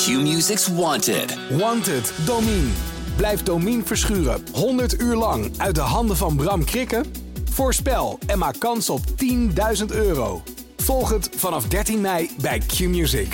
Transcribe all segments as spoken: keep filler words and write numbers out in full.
Q-Music's Wanted. Wanted, Domine. Blijf Domine verschuren honderd uur lang uit de handen van Bram Krikke? Voorspel en maak kans op tienduizend euro. Volg het vanaf dertien mei bij Q-Music.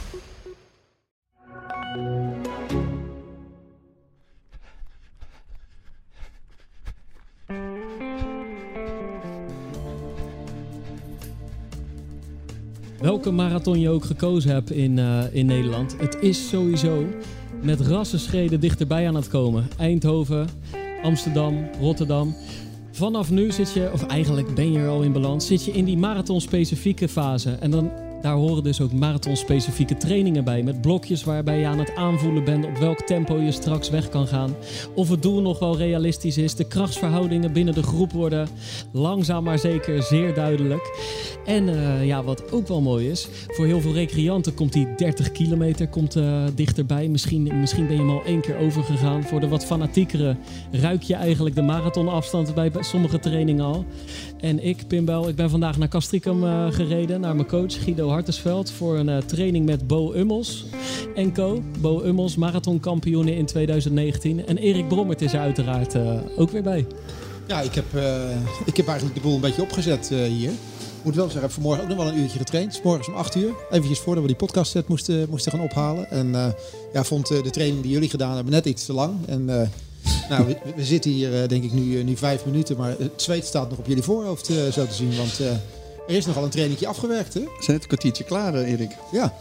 Welke marathon je ook gekozen hebt in, uh, in Nederland, het is sowieso met rassenschreden dichterbij aan het komen. Eindhoven, Amsterdam, Rotterdam. Vanaf nu zit je, of eigenlijk ben je er al in balans, zit je in die marathonspecifieke fase. En dan, daar horen dus ook marathonspecifieke trainingen bij. Met blokjes waarbij je aan het aanvoelen bent op welk tempo je straks weg kan gaan. Of het doel nog wel realistisch is. De krachtsverhoudingen binnen de groep worden langzaam maar zeker zeer duidelijk. En uh, ja, wat ook wel mooi is, voor heel veel recreanten komt die dertig kilometer komt, uh, dichterbij. Misschien, misschien ben je hem al één keer overgegaan. Voor de wat fanatiekere ruik je eigenlijk de marathonafstand bij sommige trainingen al. En ik, Pim Bel, ik ben vandaag naar Castricum uh, gereden, naar mijn coach Guido Hartesveld, voor een uh, training met Bo Ummels en co. Bo Ummels, marathonkampioene in twintig negentien. En Erik Brommert is er uiteraard uh, ook weer bij. Ja, ik heb, uh, ik heb eigenlijk de boel een beetje opgezet uh, hier. Ik moet wel zeggen, ik heb vanmorgen ook nog wel een uurtje getraind. 's Morgens om acht uur. Eventjes voordat we die podcast set moesten, moesten gaan ophalen. En uh, ja, vond uh, de training die jullie gedaan hebben net iets te lang. En uh, nou, we, we zitten hier uh, denk ik nu, uh, nu vijf minuten. Maar het zweet staat nog op jullie voorhoofd uh, zo te zien. Want uh, er is nogal een trainingje afgewerkt, hè? We zijn net een kwartiertje klaar, uh, Erik. Ja.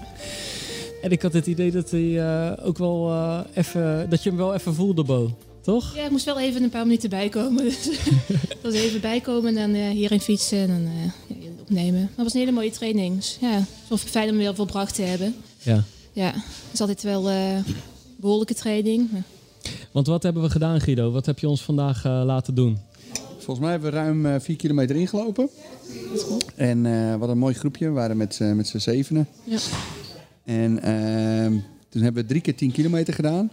En ik had het idee dat, hij, uh, ook wel, uh, even, dat je hem wel even voelde, Bo. Toch? Ja, ik moest wel even een paar minuten bijkomen. Dus ik was even bijkomen en dan uh, hierin fietsen en dan uh, opnemen. Maar het was een hele mooie training. Dus ja, het was fijn om weer volbracht te hebben. Ja. Ja, het is altijd wel uh, een behoorlijke training. Ja. Want wat hebben we gedaan, Guido? Wat heb je ons vandaag uh, laten doen? Volgens mij hebben we ruim uh, vier kilometer ingelopen. Dat is goed. En uh, wat een mooi groepje. We waren met, uh, met z'n zevenen. Ja. En uh, toen hebben we drie keer tien kilometer gedaan.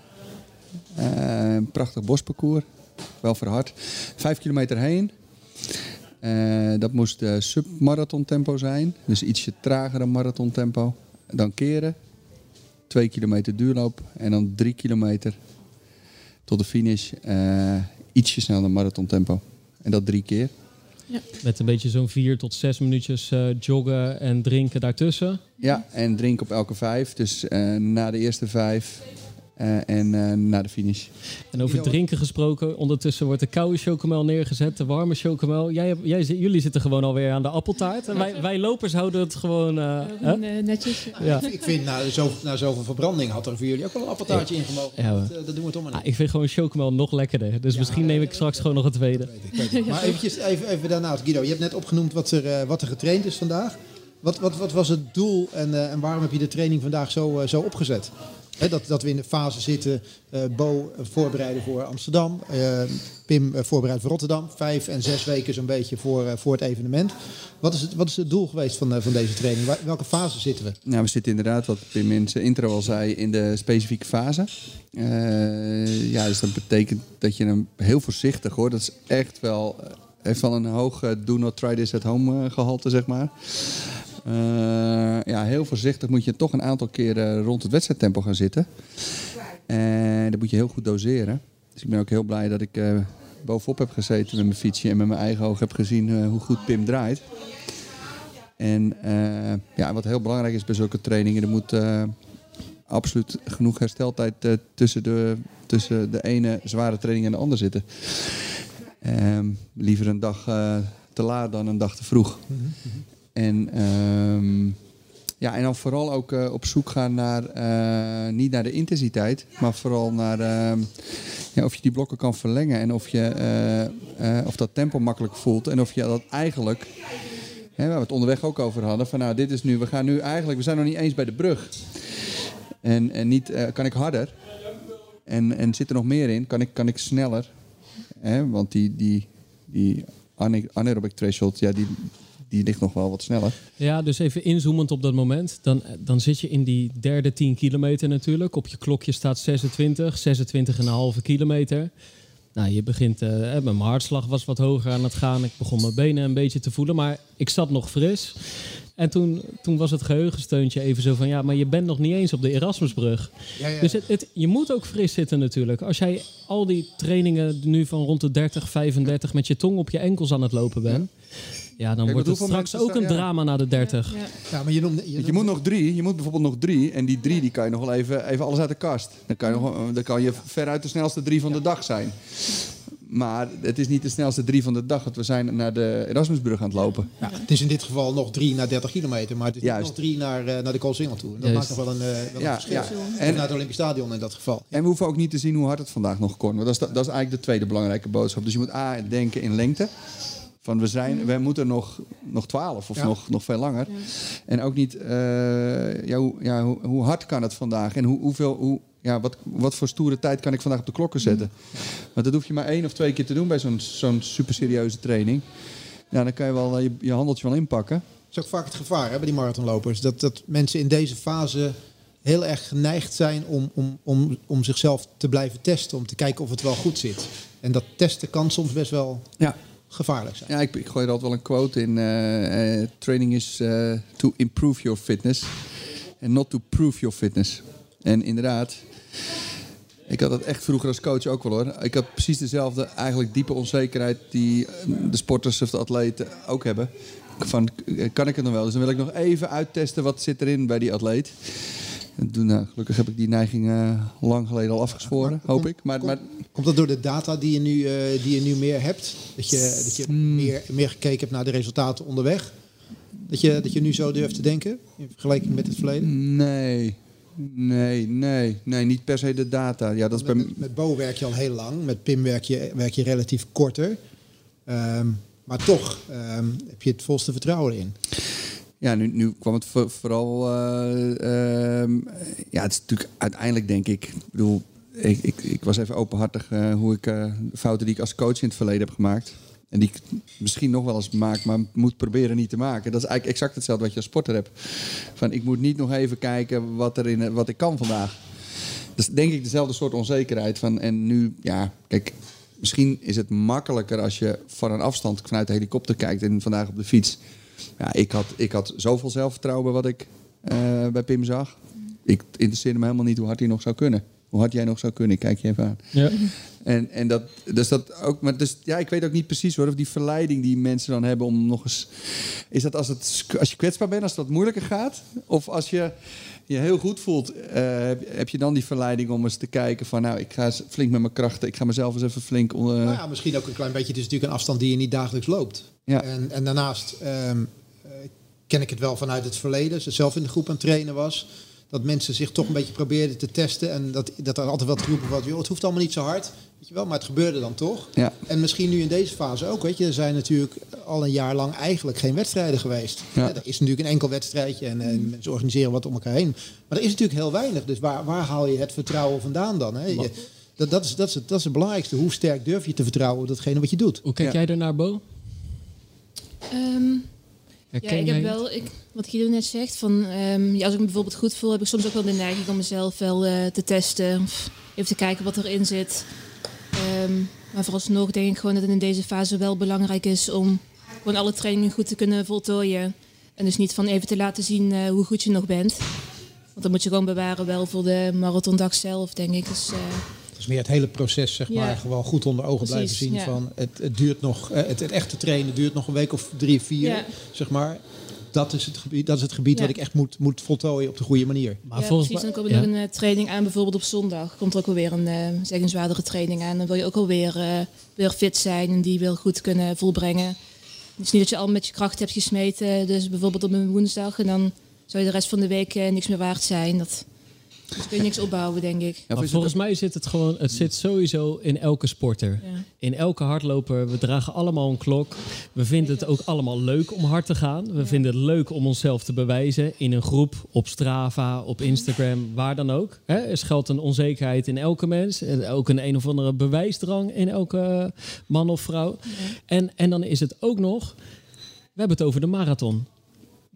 Uh, een prachtig bosparcours. Wel verhard. Vijf kilometer heen. Uh, dat moest uh, submarathon tempo zijn. Dus ietsje trager dan marathon tempo. Dan keren. Twee kilometer duurloop. En dan drie kilometer tot de finish. Uh, ietsje sneller dan marathon tempo. En dat drie keer. Ja. Met een beetje zo'n vier tot zes minuutjes uh, joggen en drinken daartussen. Ja, en drinken op elke vijf. Dus uh, na de eerste vijf uh, en uh, na de finish. En over drinken gesproken, ondertussen wordt de koude chocomel neergezet, de warme chocomel. Jij, jij, jullie zitten gewoon alweer aan de appeltaart. En wij, wij lopers houden het gewoon uh, uh, netjes. Ja. Ik vind, na, zo, na zoveel verbranding had er voor jullie ook wel een appeltaartje ja. ingemogen. Ja, dat, uh, dat doen we toch maar niet. Ah, ik vind gewoon chocomel nog lekkerder. Dus ja, misschien neem ik straks gewoon nog een tweede. Weet ik, maar eventjes, even, even daarnaast, Guido. Je hebt net opgenoemd wat er, uh, wat er getraind is vandaag. Wat, wat, wat was het doel en, uh, en waarom heb je de training vandaag zo, uh, zo opgezet? He, dat, dat we in de fase zitten, uh, Bo uh, voorbereiden voor Amsterdam, uh, Pim uh, voorbereiden voor Rotterdam. Vijf en zes weken zo'n beetje voor, uh, voor het evenement. Wat is het, wat is het doel geweest van, uh, van deze training? Waar, welke fase zitten we? Nou, we zitten inderdaad, wat Pim in zijn intro al zei, in de specifieke fase. Uh, ja, dus dat betekent dat je hem heel voorzichtig hoor. Dat is echt wel, uh, heeft wel een hoog uh, do not try this at home uh, gehalte, zeg maar. Uh, ja, heel voorzichtig moet je toch een aantal keren rond het wedstrijdtempo gaan zitten. En dat moet je heel goed doseren. Dus ik ben ook heel blij dat ik uh, bovenop heb gezeten met mijn fietsje en met mijn eigen ogen heb gezien uh, hoe goed Pim draait. En uh, ja, wat heel belangrijk is bij zulke trainingen, er moet uh, absoluut genoeg hersteltijd uh, tussen, de, tussen de ene zware training en de andere zitten. Uh, liever een dag uh, te laat dan een dag te vroeg. Mm-hmm. En, um, ja, en dan vooral ook uh, op zoek gaan naar, uh, niet naar de intensiteit, maar vooral naar uh, ja, of je die blokken kan verlengen en of, je, uh, uh, of dat tempo makkelijk voelt. En of je dat eigenlijk, hè, waar we het onderweg ook over hadden, van nou dit is nu, we gaan nu eigenlijk, we zijn nog niet eens bij de brug. En, en niet, uh, kan ik harder? En, en zit er nog meer in? Kan ik, kan ik sneller? Hè, want die, die, die anaerobic threshold, ja die... Die ligt nog wel wat sneller. Ja, dus even inzoomend op dat moment. Dan, dan zit je in die derde tien kilometer natuurlijk. Op je klokje staat zesentwintig, zesentwintig komma vijf kilometer. Nou, je begint, uh, mijn hartslag was wat hoger aan het gaan. Ik begon mijn benen een beetje te voelen, maar ik zat nog fris. En toen, toen was het geheugensteuntje even zo van... ja, maar je bent nog niet eens op de Erasmusbrug. Ja, ja. Dus het, het, je moet ook fris zitten natuurlijk. Als jij al die trainingen nu van rond de dertig, vijfendertig... met je tong op je enkels aan het lopen bent... ja, dan Kijk, wordt het straks ook een drama ja. na de dertig. Ja, ja. ja maar je, noemde, je, noemde... je moet nog drie. Je moet bijvoorbeeld nog drie. En die drie die kan je nog wel even, even alles uit de kast. Dan kan je, nog, dan kan je veruit de snelste drie van de dag zijn. Maar het is niet de snelste drie van de dag. Want we zijn naar de Erasmusbrug aan het lopen. Ja, het is in dit geval nog drie naar dertig kilometer. Maar het is nog drie naar, uh, naar de Koolsingel toe. En dat Juist. maakt nog wel een, uh, wel ja, een verschil. Ja. En naar het Olympisch Stadion in dat geval. En we hoeven ook niet te zien hoe hard het vandaag nog kon. Want dat is, dat is eigenlijk de tweede belangrijke boodschap. Dus je moet A, denken in lengte. Van we, zijn, we moeten nog, nog twaalf of ja. nog, nog veel langer. Ja. En ook niet, uh, ja, hoe, ja, hoe, hoe hard kan het vandaag? En hoe, hoeveel, hoe, ja, wat, wat voor stoere tijd kan ik vandaag op de klokken zetten? Ja. Want dat hoef je maar één of twee keer te doen bij zo'n, zo'n super serieuze training. Ja, dan kan je wel je, je handeltje wel inpakken. Dat is ook vaak het gevaar hè, bij die marathonlopers. Dat, dat mensen in deze fase heel erg geneigd zijn om, om, om, om zichzelf te blijven testen. Om te kijken of het wel goed zit. En dat testen kan soms best wel... Ja. gevaarlijk zijn. Ja, ik, ik gooi er altijd wel een quote in. Uh, uh, training is uh, to improve your fitness. And not to prove your fitness. En inderdaad, ik had dat echt vroeger als coach ook wel hoor. Ik had precies dezelfde eigenlijk diepe onzekerheid die de sporters of de atleten ook hebben. Van, kan ik het nog wel? Dus dan wil ik nog even uittesten wat zit erin bij die atleet. Toen, nou, gelukkig heb ik die neiging uh, lang geleden al afgezworen, ja, hoop kom, ik. Maar, kom, maar... Komt dat door de data die je nu, uh, die je nu meer hebt? Dat je, dat je hmm. meer, meer gekeken hebt naar de resultaten onderweg? Dat je, dat je nu zo durft te denken in vergelijking met het verleden? Nee, nee, nee, nee, niet per se de data. Ja, dat is met, bij... met, met Bo werk je al heel lang, met Pim werk je, werk je relatief korter. Um, maar toch um, heb je het volste vertrouwen in. Ja, nu, nu kwam het voor, vooral... Uh, uh, ja, het is natuurlijk uiteindelijk denk ik... Ik bedoel, ik, ik, ik was even openhartig uh, hoe ik uh, de fouten die ik als coach in het verleden heb gemaakt. En die ik misschien nog wel eens maak, maar moet proberen niet te maken. Dat is eigenlijk exact hetzelfde wat je als sporter hebt. Van, ik moet niet nog even kijken wat, er in, wat ik kan vandaag. Dat is denk ik dezelfde soort onzekerheid. Van, en nu, ja, kijk... Misschien is het makkelijker als je van een afstand vanuit de helikopter kijkt en vandaag op de fiets. Ja, ik had, ik had zoveel zelfvertrouwen bij wat ik uh, bij Pim zag. Ik interesseerde me helemaal niet hoe hard hij nog zou kunnen. Hoe hard jij nog zou kunnen, ik kijk je even aan. Ja. En, en dat, dus dat ook, maar dus, ja, ik weet ook niet precies hoor, of die verleiding die mensen dan hebben om nog eens... Is dat als, het, als je kwetsbaar bent, als het wat moeilijker gaat? Of als je je heel goed voelt, uh, heb, heb je dan die verleiding om eens te kijken van... nou, ik ga eens flink met mijn krachten, ik ga mezelf eens even flink... Uh... Nou ja, misschien ook een klein beetje. Het is natuurlijk een afstand die je niet dagelijks loopt. Ja. En, en daarnaast um, uh, ken ik het wel vanuit het verleden. Als ik zelf in de groep aan het trainen was... dat mensen zich toch een beetje probeerden te testen... en dat, dat er altijd wat geroepen wordt... het hoeft allemaal niet zo hard, weet je wel, maar het gebeurde dan toch. Ja. En misschien nu in deze fase ook, weet je... er zijn natuurlijk al een jaar lang eigenlijk geen wedstrijden geweest. Ja. Er is natuurlijk een enkel wedstrijdje... en, en mensen organiseren wat om elkaar heen. Maar er is natuurlijk heel weinig, dus waar, waar haal je het vertrouwen vandaan dan? Hè? Je, dat, dat, is, dat, is het, dat is het belangrijkste. Hoe sterk durf je te vertrouwen op datgene wat je doet? Hoe kijk ja. jij daarnaar, Bo? Um... Ja, ik heb wel, ik, wat Guido net zegt, van, um, ja, als ik me bijvoorbeeld goed voel, heb ik soms ook wel de neiging om mezelf wel uh, te testen. Of even te kijken wat erin zit. Um, maar vooralsnog denk ik gewoon dat het in deze fase wel belangrijk is om gewoon alle trainingen goed te kunnen voltooien. En dus niet van even te laten zien uh, hoe goed je nog bent. Want dan moet je gewoon bewaren wel voor de marathondag zelf, denk ik. Dus, uh, Het is meer het hele proces, zeg maar, ja. gewoon goed onder ogen Precies, blijven zien. Ja. Van het, het duurt nog, het, het echte trainen duurt nog een week of drie, vier, ja. zeg maar. Dat is het gebied, dat is het gebied ja. wat ik echt moet, moet voltooien op de goede manier. Maar ja, volgens precies. Dan komt er ja. nog een uh, training aan, bijvoorbeeld op zondag. Komt er ook alweer een, uh, zeg een zwaardere training aan. Dan wil je ook alweer uh, weer fit zijn en die wil goed kunnen volbrengen. Het is niet dat je al met je kracht hebt gesmeten. Dus bijvoorbeeld op een woensdag en dan zou je de rest van de week uh, niks meer waard zijn. Dat... Dus kun je niks opbouwen, denk ik. Ja, volgens mij zit het gewoon, het zit sowieso in elke sporter. Ja. In elke hardloper. We dragen allemaal een klok. We vinden het ook allemaal leuk om hard te gaan. We ja. vinden het leuk om onszelf te bewijzen. In een groep, op Strava, op Instagram, waar dan ook. He, er schuilt een onzekerheid in elke mens. Ook een een of andere bewijsdrang in elke man of vrouw. Ja. En, en dan is het ook nog... We hebben het over de marathon.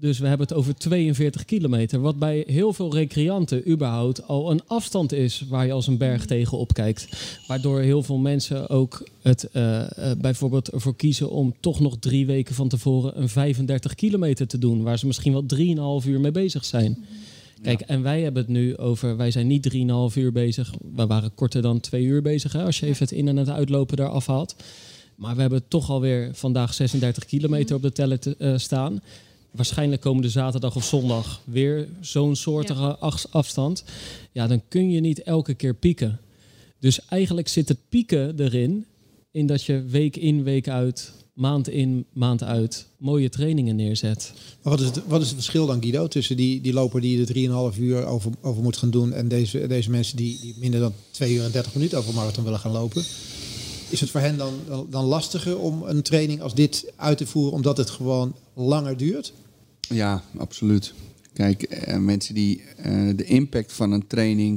Dus we hebben het over tweeënveertig kilometer. Wat bij heel veel recreanten überhaupt al een afstand is waar je als een berg tegenop kijkt. Waardoor heel veel mensen ook het uh, uh, bijvoorbeeld ervoor kiezen om toch nog drie weken van tevoren een vijfendertig kilometer te doen. Waar ze misschien wel drieënhalf uur mee bezig zijn. Kijk, ja. En wij hebben het nu over, wij zijn niet drieënhalf uur bezig. We waren korter dan twee uur bezig, hè, als je even het in- en het uitlopen daar afhaalt. Maar we hebben toch alweer vandaag zesendertig kilometer op de teller te, uh, staan. Waarschijnlijk komende zaterdag of zondag weer zo'n soortige ja. afstand. Ja, dan kun je niet elke keer pieken. Dus eigenlijk zit het pieken erin, in dat je week in, week uit, maand in, maand uit, mooie trainingen neerzet. Maar wat is het, wat is het verschil dan, Guido, tussen die, die loper die er drieënhalf uur over, over moet gaan doen en deze, deze mensen die, die minder dan twee uur en dertig minuten over marathon willen gaan lopen? Is het voor hen dan, dan lastiger om een training als dit uit te voeren, omdat het gewoon langer duurt? Ja, absoluut. Kijk, uh, mensen die uh, de impact van een training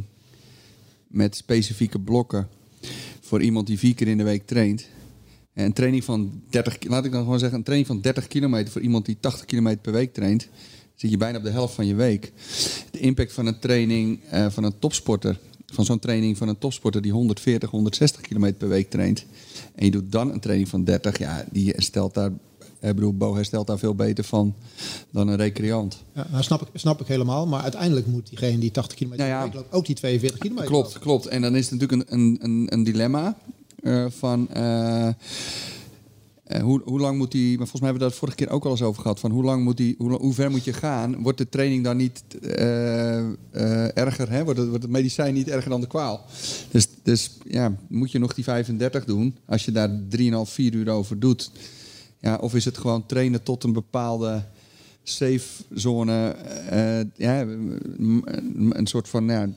met specifieke blokken voor iemand die vier keer in de week traint. Een training van dertig, laat ik dan gewoon zeggen, een training van dertig kilometer voor iemand die tachtig kilometer per week traint, zit je bijna op de helft van je week. De impact van een training uh, van een topsporter, van zo'n training van een topsporter die honderdveertig, honderdzestig kilometer per week traint, en je doet dan een training van dertig, ja, die herstelt daar, ik bedoel, Bo herstelt daar veel beter van dan een recreant. Ja, nou snap ik, snap ik helemaal, maar uiteindelijk moet diegene die tachtig kilometer nou ja, per week loopt ook die tweeënveertig kilometer Klopt, lopen. klopt. En dan is het natuurlijk een, een, een, een dilemma uh, van uh, uh, hoe, hoe lang moet die, maar volgens mij hebben we dat vorige keer ook al eens over gehad, van hoe lang moet die, hoe, hoe ver moet je gaan? Wordt de training dan niet uh, uh, erger, hè? Wordt het, wordt het medicijn niet erger dan de kwaal? Dus, dus ja, moet je nog die vijfendertig doen als je daar drieënhalf, vier uur over doet? Ja, of is het gewoon trainen tot een bepaalde safe zone, uh, ja, een soort van, ja,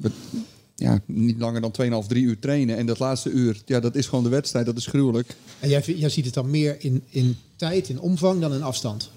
ja, niet langer dan tweeënhalf, drie uur trainen. En dat laatste uur, ja, dat is gewoon de wedstrijd, dat is gruwelijk. En jij, jij ziet het dan meer in, in tijd, in omvang dan in afstand?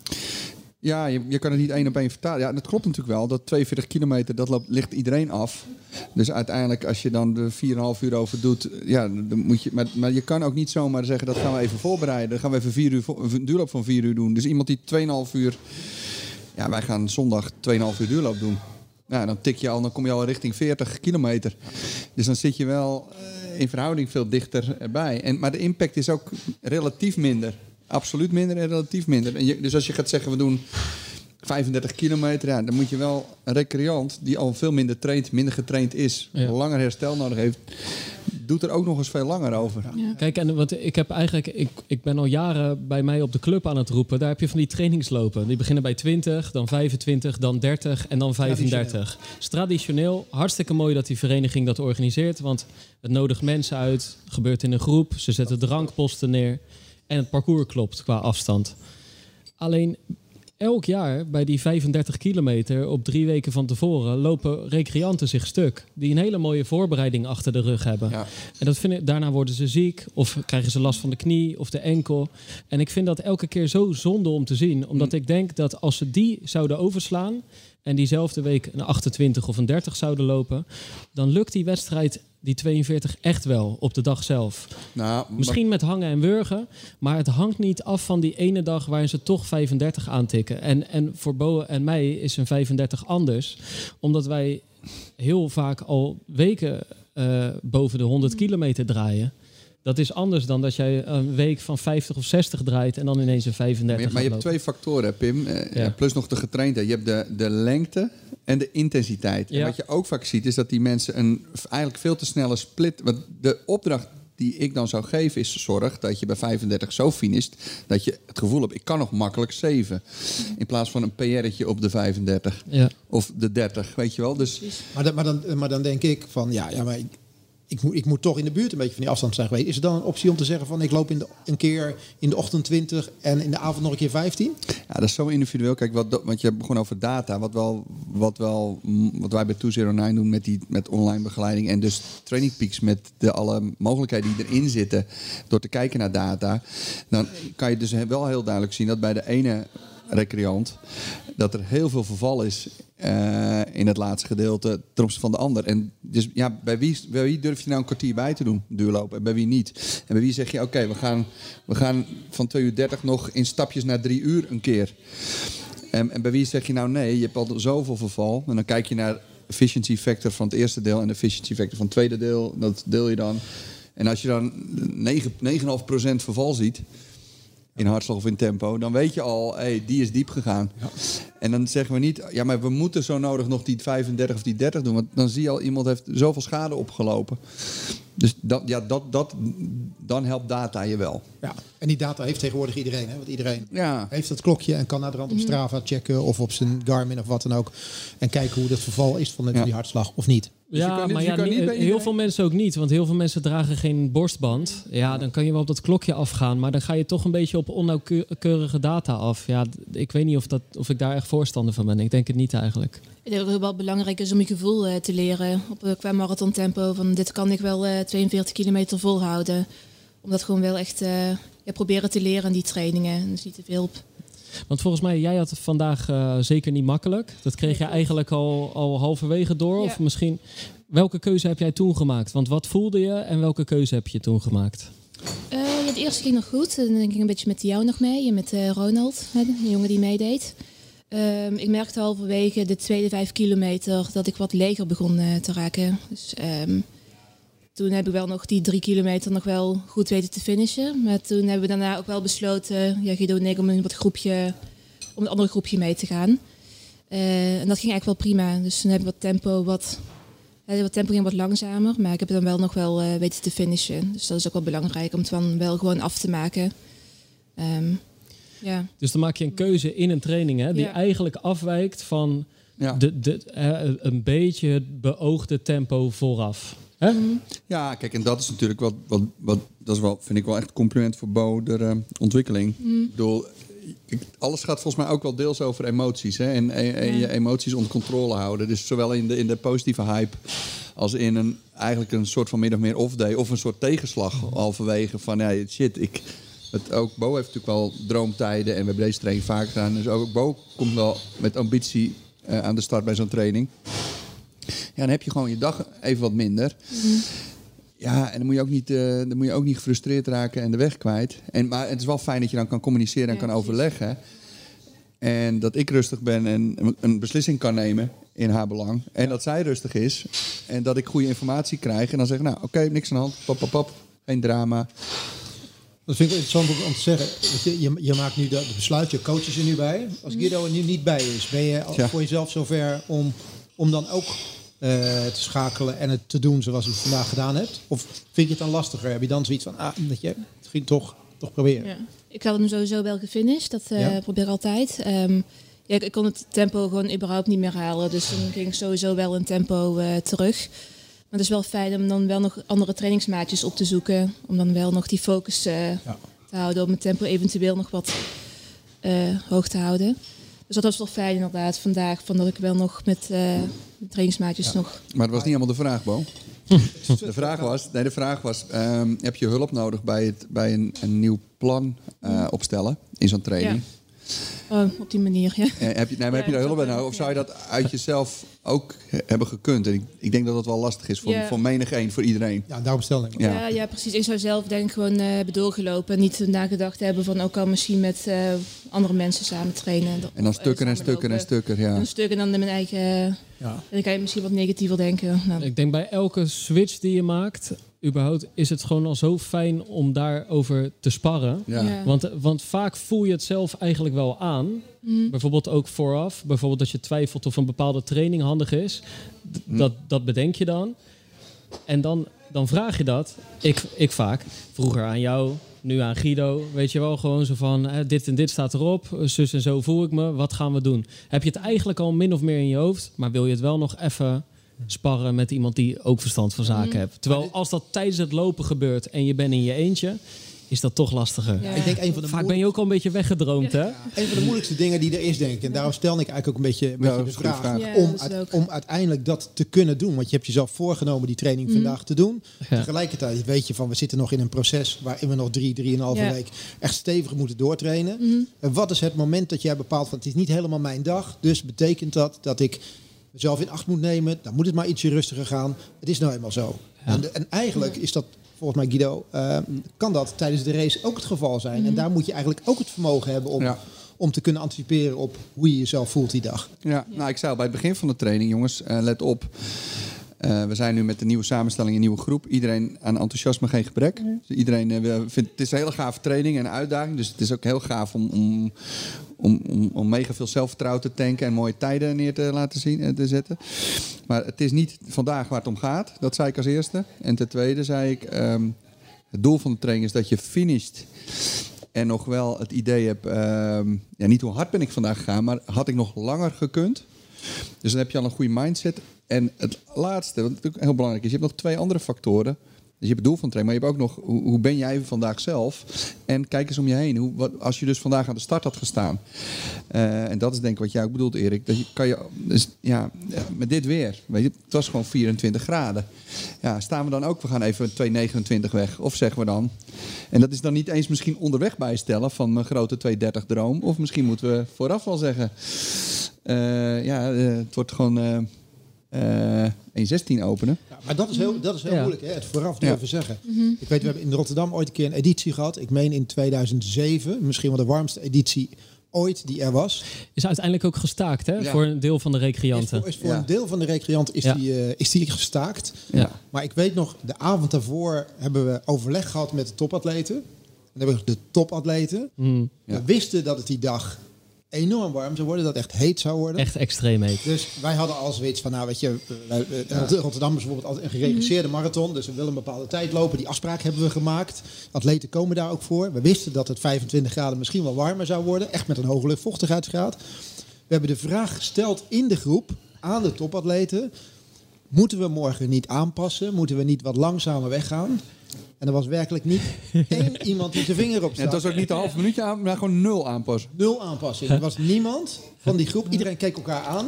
Ja, je, je kan het niet één op één vertalen. Ja, dat klopt natuurlijk wel. Dat tweeënveertig kilometer, dat loopt, ligt iedereen af. Dus uiteindelijk, als je dan de vier komma vijf uur over doet, ja, dan moet je. Maar, maar je kan ook niet zomaar zeggen, dat gaan we even voorbereiden. Dan gaan we even vier uur, een duurloop van vier uur doen. Dus iemand die twee komma vijf uur. Ja, wij gaan zondag twee komma vijf uur duurloop doen. Nou, dan tik je al, dan kom je al richting veertig kilometer. Dus dan zit je wel uh, in verhouding veel dichter erbij. En, maar de impact is ook relatief minder. Absoluut minder en relatief minder. En je, dus als je gaat zeggen, we doen vijfendertig kilometer, ja, dan moet je wel een recreant die al veel minder traint, minder getraind is, ja, langer herstel nodig heeft, doet er ook nog eens veel langer over. Ja. Kijk, en wat ik heb eigenlijk, ik, ik ben al jaren bij mij op de club aan het roepen. Daar heb je van die trainingslopen. Die beginnen bij twintig, dan vijfentwintig, dan dertig en dan vijfendertig. Het is traditioneel. Hartstikke mooi dat die vereniging dat organiseert, want het nodigt mensen uit, gebeurt in een groep, ze zetten drankposten neer en het parcours klopt qua afstand. Alleen elk jaar bij die vijfendertig kilometer op drie weken van tevoren lopen recreanten zich stuk. Die een hele mooie voorbereiding achter de rug hebben. Ja. En dat vind ik, daarna worden ze ziek of krijgen ze last van de knie of de enkel. En ik vind dat elke keer zo zonde om te zien. Omdat mm. ik denk dat als ze die zouden overslaan en diezelfde week een achtentwintig of een dertig zouden lopen, dan lukt die wedstrijd, die tweeënveertig, echt wel op de dag zelf. Nou, Misschien met hangen en wurgen, maar het hangt niet af van die ene dag waarin ze toch vijfendertig aantikken. En, en voor Bo en mij is een vijfendertig anders, omdat wij heel vaak al weken uh, boven de honderd kilometer draaien. Dat is anders dan dat jij een week van vijftig of zestig draait en dan ineens een vijfendertig. Maar je, maar je hebt twee factoren, Pim. Ja. Plus nog de getraindheid. Je hebt de, de lengte en de intensiteit. Ja. En wat je ook vaak ziet is dat die mensen een eigenlijk veel te snelle split. Want de opdracht die ik dan zou geven is zorg dat je bij vijfendertig zo finisht dat je het gevoel hebt, ik kan nog makkelijk zeven. In plaats van een P R'tje op de vijfendertig. Ja. Of de dertig, weet je wel. Dus maar, dan, maar, dan, maar dan denk ik van, ja, ja maar Ik moet, ik moet toch in de buurt een beetje van die afstand zijn geweest. Is er dan een optie om te zeggen van ik loop in de, een keer in de ochtend twintig en in de avond nog een keer vijftien? Ja, dat is zo individueel. Kijk, wat, want je begon over data. Wat, wel, wat, wel, wat wij bij two oh nine doen met, die, met online begeleiding en dus Training Peaks met de alle mogelijkheden die erin zitten door te kijken naar data. Dan kan je dus wel heel duidelijk zien dat bij de ene recreant dat er heel veel verval is uh, in het laatste gedeelte ten opzichte van de ander. En dus ja, bij wie, bij wie durf je nou een kwartier bij te doen, duurlopen, en bij wie niet? En bij wie zeg je, oké, okay, we, gaan, we gaan van twee uur dertig nog in stapjes naar drie uur een keer. En, en bij wie zeg je nou nee, je hebt al zoveel verval. En dan kijk je naar efficiency factor van het eerste deel en de efficiency factor van het tweede deel. Dat deel je dan. En als je dan negen komma vijf procent verval ziet in hartslag of in tempo, dan weet je al, hey, die is diep gegaan. Ja. En dan zeggen we niet, ja, maar we moeten zo nodig nog die vijfendertig of die dertig doen. Want dan zie je al, iemand heeft zoveel schade opgelopen. Dus dat, ja, dat, dat, dan helpt data je wel. Ja, en die data heeft tegenwoordig iedereen. Hè? Want iedereen ja. heeft dat klokje en kan naar de rand op Strava checken of op zijn Garmin of wat dan ook. En kijken hoe dat verval is van ja. die hartslag of niet. Dus ja, niet, maar ja, niet, heel veel mensen ook niet. Want heel veel mensen dragen geen borstband. Ja, dan kan je wel op dat klokje afgaan. Maar dan ga je toch een beetje op onnauwkeurige data af. Ja, ik weet niet of, dat, of ik daar echt voorstander van ben. Ik denk het niet eigenlijk. Ik denk dat het wel belangrijk is om je gevoel uh, te leren. Op, uh, qua marathontempo. Van dit kan ik wel uh, tweeënveertig kilometer volhouden. Om dat gewoon wel echt uh, ja, proberen te leren in die trainingen. Dus niet te veel op. Want volgens mij, jij had het vandaag uh, zeker niet makkelijk. Dat kreeg je eigenlijk al, al halverwege door. Ja. Of misschien, welke keuze heb jij toen gemaakt? Want wat voelde je en welke keuze heb je toen gemaakt? Uh, ja, het eerste ging nog goed. Dan ging ik een beetje met jou nog mee. En met uh, Ronald, de jongen die meedeed. Uh, ik merkte halverwege de tweede vijf kilometer dat ik wat leger begon uh, te raken. Dus um, toen heb ik wel nog die drie kilometer nog wel goed weten te finishen. Maar toen hebben we daarna ook wel besloten, ja, Guido en ik, om een wat groepje, om een ander groepje mee te gaan. Uh, en dat ging eigenlijk wel prima. Dus toen heb ik wat tempo, wat, uh, wat tempo ging wat langzamer. Maar ik heb het dan wel nog wel uh, weten te finishen. Dus dat is ook wel belangrijk om het dan wel gewoon af te maken. Um, ja. Dus dan maak je een keuze in een training, hè, die ja. eigenlijk afwijkt van ja. de, de, uh, een beetje het beoogde tempo vooraf. Hè? Ja, kijk, en dat is natuurlijk wat, wat, wat dat is wel, vind ik wel echt een compliment voor Bo, de uh, ontwikkeling. Mm. Ik bedoel, alles gaat volgens mij ook wel deels over emoties, hè? En, en, en je emoties onder controle houden. Dus zowel in de, in de positieve hype als in een eigenlijk een soort van min of meer off-day of een soort tegenslag halverwege van ja, shit, ik. Het, ook Bo heeft natuurlijk wel droomtijden en we hebben deze training vaak gedaan. Dus ook Bo komt wel met ambitie uh, aan de start bij zo'n training. Ja, dan heb je gewoon je dag even wat minder. Mm. Ja, en dan moet je ook niet, uh, dan moet je ook niet gefrustreerd raken en de weg kwijt. En, maar het is wel fijn dat je dan kan communiceren en ja, kan precies. overleggen. En dat ik rustig ben en een beslissing kan nemen in haar belang. En ja. dat zij rustig is. En dat ik goede informatie krijg. En dan zeg ik, nou oké, okay, niks aan de hand. Pap, pap, pap. Geen drama. Dat vind ik interessant om te zeggen. Je, je, je maakt nu dat besluit, je coach is er nu bij. Als Guido er nu niet bij is, ben je ja. voor jezelf zover om, om dan ook uh, te schakelen en het te doen zoals je het vandaag gedaan hebt? Of vind je het dan lastiger? Heb je dan zoiets van, ah, dat je het ging toch, toch proberen? Ja. Ik had hem sowieso wel gefinished, dat uh, ja. probeer ik altijd. Um, ja, ik kon het tempo gewoon überhaupt niet meer halen, dus dan ging ik sowieso wel een tempo uh, terug. Maar het is wel fijn om dan wel nog andere trainingsmaatjes op te zoeken. Om dan wel nog die focus uh, ja. te houden. Om het tempo eventueel nog wat uh, hoog te houden. Dus dat was wel fijn inderdaad vandaag. Van dat ik wel nog met uh, trainingsmaatjes ja. nog... Maar dat was niet allemaal de vraag, Bo. De vraag was, nee, de vraag was um, heb je hulp nodig bij, het, bij een, een nieuw plan uh, opstellen in zo'n training? Ja. Oh, op die manier, ja. Uh, heb je, nee, maar ja, heb je daar hulp bij nodig? Of zou je dat uit jezelf ook hebben gekund? En ik, ik denk dat dat wel lastig is voor, ja. voor menig een, voor iedereen. Ja, daarom stel ik. Ja. Ja, ja, precies. Ik zou zelf denk ik gewoon uh, hebben doorgelopen. En niet nagedacht hebben van ook al misschien met uh, andere mensen samen trainen. En dan stukken en stukken en stukken, ja. En stukken en dan in mijn eigen... Ja. En dan kan je misschien wat negatiever denken. Nou. Ik denk bij elke switch die je maakt... überhaupt is het gewoon al zo fijn om daarover te sparren. Ja. Ja. Want, want vaak voel je het zelf eigenlijk wel aan. Mm. Bijvoorbeeld ook vooraf. Bijvoorbeeld als je twijfelt of een bepaalde training handig is. D- mm. dat, dat bedenk je dan. En dan, dan vraag je dat. Ik, ik vaak. Vroeger aan jou, nu aan Guido. Weet je wel, gewoon zo van... Eh, dit en dit staat erop. Zus en zo voel ik me. Wat gaan we doen? Heb je het eigenlijk al min of meer in je hoofd. Maar wil je het wel nog even... sparren met iemand die ook verstand van zaken mm. heeft. Terwijl als dat tijdens het lopen gebeurt en je bent in je eentje, is dat toch lastiger. Ja. Ik denk een van de Vaak ben je ook al een beetje weggedroomd, ja. hè? Ja. Een van de moeilijkste dingen die er is, denk ik. En daarom stel ik eigenlijk ook een beetje, een beetje ja, de vraag. vraag. Ja, om, uit, om uiteindelijk dat te kunnen doen. Want je hebt jezelf voorgenomen die training mm. vandaag te doen. Ja. Tegelijkertijd weet je van, we zitten nog in een proces waarin we nog drie, drieënhalve ja. week echt stevig moeten doortrainen. Mm. En wat is het moment dat jij bepaalt van, het is niet helemaal mijn dag. Dus betekent dat dat ik mezelf in acht moet nemen, dan moet het maar ietsje rustiger gaan. Het is nou eenmaal zo. Ja. En, de, en eigenlijk is dat, volgens mij Guido, uh, kan dat tijdens de race ook het geval zijn. Mm. En daar moet je eigenlijk ook het vermogen hebben om, ja. om te kunnen anticiperen op hoe je jezelf voelt die dag. Ja, ja. Nou, ik zei al bij het begin van de training, jongens, uh, let op. Uh, we zijn nu met de nieuwe samenstelling, een nieuwe groep. Iedereen aan enthousiasme geen gebrek. Mm. Dus iedereen uh, vindt het is een hele gave training en uitdaging. Dus het is ook heel gaaf om, om, om, om, om mega veel zelfvertrouwen te tanken en mooie tijden neer te laten zien en te zetten. Maar het is niet vandaag waar het om gaat. Dat zei ik als eerste. En ten tweede zei ik, um, het doel van de training is dat je finisht. En nog wel het idee hebt, uh, ja, niet hoe hard ben ik vandaag gegaan, maar had ik nog langer gekund. Dus dan heb je al een goede mindset. En het laatste, wat natuurlijk heel belangrijk is, je hebt nog twee andere factoren. Dus je hebt het doel van de training, maar je hebt ook nog, hoe, hoe ben jij vandaag zelf? En kijk eens om je heen. Hoe, wat, als je dus vandaag aan de start had gestaan. Uh, en dat is denk ik wat jij ook bedoelt, Erik. Dat je, kan je, dus, ja, met dit weer, weet je, het was gewoon vierentwintig graden. Ja, staan we dan ook, we gaan even twee negenentwintig weg. Of zeggen we dan. En dat is dan niet eens misschien onderweg bijstellen van mijn grote twee dertig droom. Of misschien moeten we vooraf wel zeggen. Uh, ja, uh, het wordt gewoon uh, uh, één zestien openen. Ja, maar dat is heel, dat is heel ja. moeilijk, hè? Het vooraf durven ja. zeggen. Mm-hmm. Ik weet, we hebben in Rotterdam ooit een keer een editie gehad. Ik meen in tweeduizend zeven, misschien wel de warmste editie ooit die er was. Is uiteindelijk ook gestaakt, hè? Ja. Voor een deel van de recreanten. Is voor, is voor ja. een deel van de recreanten is, ja. die, uh, is die gestaakt. Ja. Maar ik weet nog, de avond daarvoor hebben we overleg gehad met de topatleten. En dan hebben we de topatleten. Mm. We ja. wisten dat het die dag enorm warm zou worden, dat het echt heet zou worden. Echt extreem heet. Dus wij hadden al zoiets van, nou weet je, wij, ja. Rotterdam is bijvoorbeeld altijd een geregisseerde marathon, dus we willen een bepaalde tijd lopen. Die afspraak hebben we gemaakt. Atleten komen daar ook voor. We wisten dat het vijfentwintig graden misschien wel warmer zou worden, echt met een hoge luchtvochtigheidsgraad. We hebben de vraag gesteld in de groep aan de topatleten, moeten we morgen niet aanpassen? Moeten we niet wat langzamer weggaan? En er was werkelijk niet één iemand die zijn vinger op stak. En het was ook niet een half minuutje aan, maar gewoon nul aanpassen. Nul aanpassing. Er was niemand van die groep. Iedereen keek elkaar aan.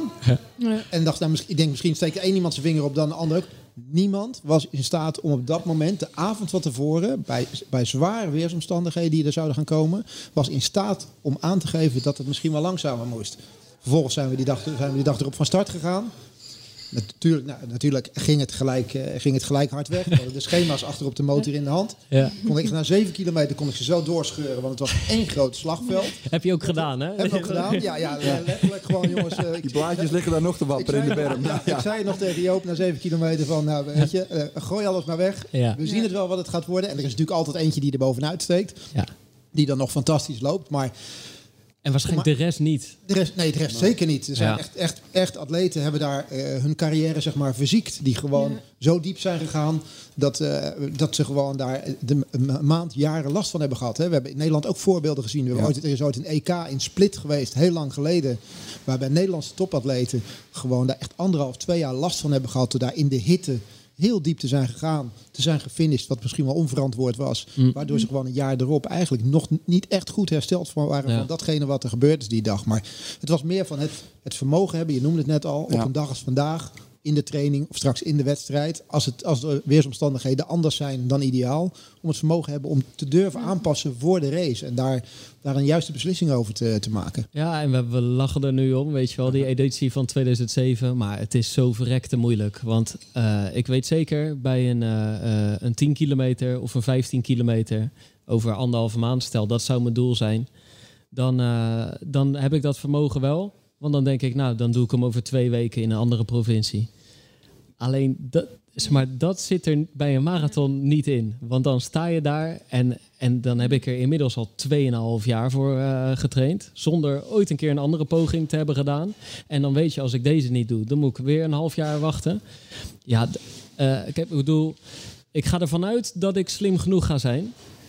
En dacht, nou, ik denk misschien steekt één iemand zijn vinger op, dan een ander ook. Niemand was in staat om op dat moment, de avond van tevoren, bij, bij zware weersomstandigheden die er zouden gaan komen, was in staat om aan te geven dat het misschien wel langzamer moest. Vervolgens zijn we die dag, zijn we die dag erop van start gegaan. Natuurlijk, nou, natuurlijk ging, het gelijk, uh, ging het gelijk hard weg. We hadden de schema's achter op de motor in de hand. Ja. Kon ik, na zeven kilometer kon ik ze zo doorscheuren, want het was één groot slagveld. Heb je ook gedaan, hè? Heb ik ook gedaan, ja, ja, letterlijk gewoon, jongens. Uh, Die blaadjes liggen daar nog te wapperen in de berm. Ja, ja. Ik zei nog tegen Joop na zeven kilometer van, nou weet je, uh, gooi alles maar weg. Ja. We zien het wel wat het gaat worden. En er is natuurlijk altijd eentje die er bovenuit steekt. Ja. Die dan nog fantastisch loopt, maar... En waarschijnlijk maar de rest niet. De rest, nee, de rest nee. zeker niet. Er zijn ja. echt, echt, echt atleten hebben daar uh, hun carrière zeg maar verziekt. Die gewoon ja. zo diep zijn gegaan dat, uh, dat ze gewoon daar de een maand, jaren last van hebben gehad. Hè. We hebben in Nederland ook voorbeelden gezien. We hebben ja. ooit, er is ooit een E K in Split geweest, heel lang geleden. Waarbij Nederlandse topatleten gewoon daar echt anderhalf, twee jaar last van hebben gehad. Door daar in de hitte heel diep te zijn gegaan, te zijn gefinished, wat misschien wel onverantwoord was. Mm. Waardoor ze gewoon een jaar erop eigenlijk nog niet echt goed hersteld waren ja. van datgene wat er gebeurd is die dag. Maar het was meer van het, het vermogen hebben, je noemde het net al, ja. op een dag als vandaag, in de training of straks in de wedstrijd, als, het, als de weersomstandigheden anders zijn dan ideaal, om het vermogen hebben om te durven aanpassen voor de race en daar, daar een juiste beslissing over te, te maken. Ja, en we, we lachen er nu om, weet je wel, die editie van tweeduizend zeven, maar het is zo verrekte moeilijk. Want uh, ik weet zeker, bij een, uh, uh, een tien kilometer of een vijftien kilometer over anderhalve maand, stel dat zou mijn doel zijn, dan, uh, dan heb ik dat vermogen wel. Want dan denk ik, nou, dan doe ik hem over twee weken in een andere provincie. Alleen, dat, zeg maar, dat zit er bij een marathon niet in. Want dan sta je daar en, en dan heb ik er inmiddels al tweeënhalf jaar voor uh, getraind. Zonder ooit een keer een andere poging te hebben gedaan. En dan weet je, als ik deze niet doe, dan moet ik weer een half jaar wachten. Ja, uh, ik, heb, ik bedoel, ik ga ervan uit dat ik slim genoeg ga zijn.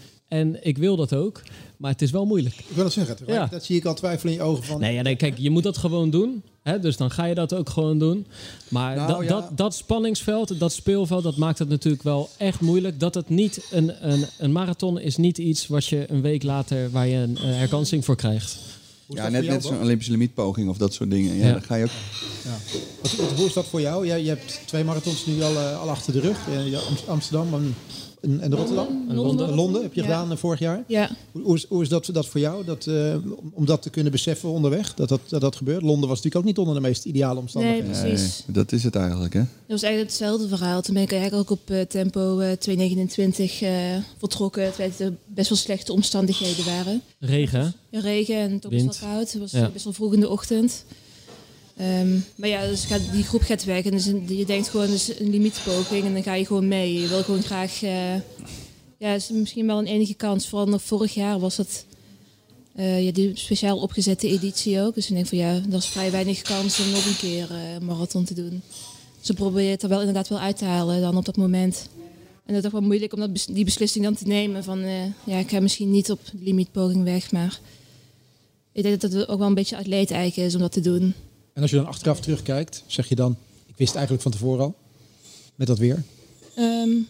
En ik wil dat ook. Maar het is wel moeilijk. Ik wil het zeggen. Ja. Dat zie ik al twijfel in je ogen van. Nee, ja, nee, kijk, je moet dat gewoon doen. Hè? Dus dan ga je dat ook gewoon doen. Maar nou, da- ja. dat, dat spanningsveld, dat speelveld, dat maakt het natuurlijk wel echt moeilijk. Dat het niet een, een, een marathon is niet iets wat je een week later waar je een uh, herkansing voor krijgt. Ja, net, net zo'n Olympische limietpoging of dat soort dingen. Ja, ja. Dan ga je ook. Ja. Wat, wat, hoe is dat voor jou? Jij, je hebt twee marathons nu al, uh, al achter de rug. Uh, Amsterdam en en, en Rotterdam? En Londen. Londen heb je ja. gedaan uh, vorig jaar? Ja. Hoe, hoe, is, hoe is dat, dat voor jou? Dat, uh, om dat te kunnen beseffen onderweg, dat dat, dat dat gebeurt? Londen was natuurlijk ook niet onder de meest ideale omstandigheden. Nee, precies. Nee, dat is het eigenlijk, hè? Dat was eigenlijk hetzelfde verhaal. Toen ben ik eigenlijk ook op uh, tempo uh, twee negenentwintig uh, vertrokken. Terwijl het best wel slechte omstandigheden waren. Regen, ja, regen en het ook best wel koud. Het was ja. best wel vroeg in de ochtend. Um, maar ja, dus gaat, die groep gaat weg en dus een, je denkt gewoon, het is een limietpoging en dan ga je gewoon mee. Je wil gewoon graag, uh, ja, is misschien wel een enige kans. Vooral nog vorig jaar was het uh, ja, die speciaal opgezette editie ook. Dus ik denk van ja, dat is vrij weinig kans om nog een keer uh, een marathon te doen. Dus dan probeer je het er wel inderdaad wel uit te halen dan op dat moment. En dat is toch wel moeilijk om dat bes- die beslissing dan te nemen van uh, ja, ik ga misschien niet op de limietpoging weg, maar ik denk dat het ook wel een beetje atleet eigen is om dat te doen. En als je dan achteraf terugkijkt, zeg je dan, ik wist eigenlijk van tevoren al, met dat weer? Um,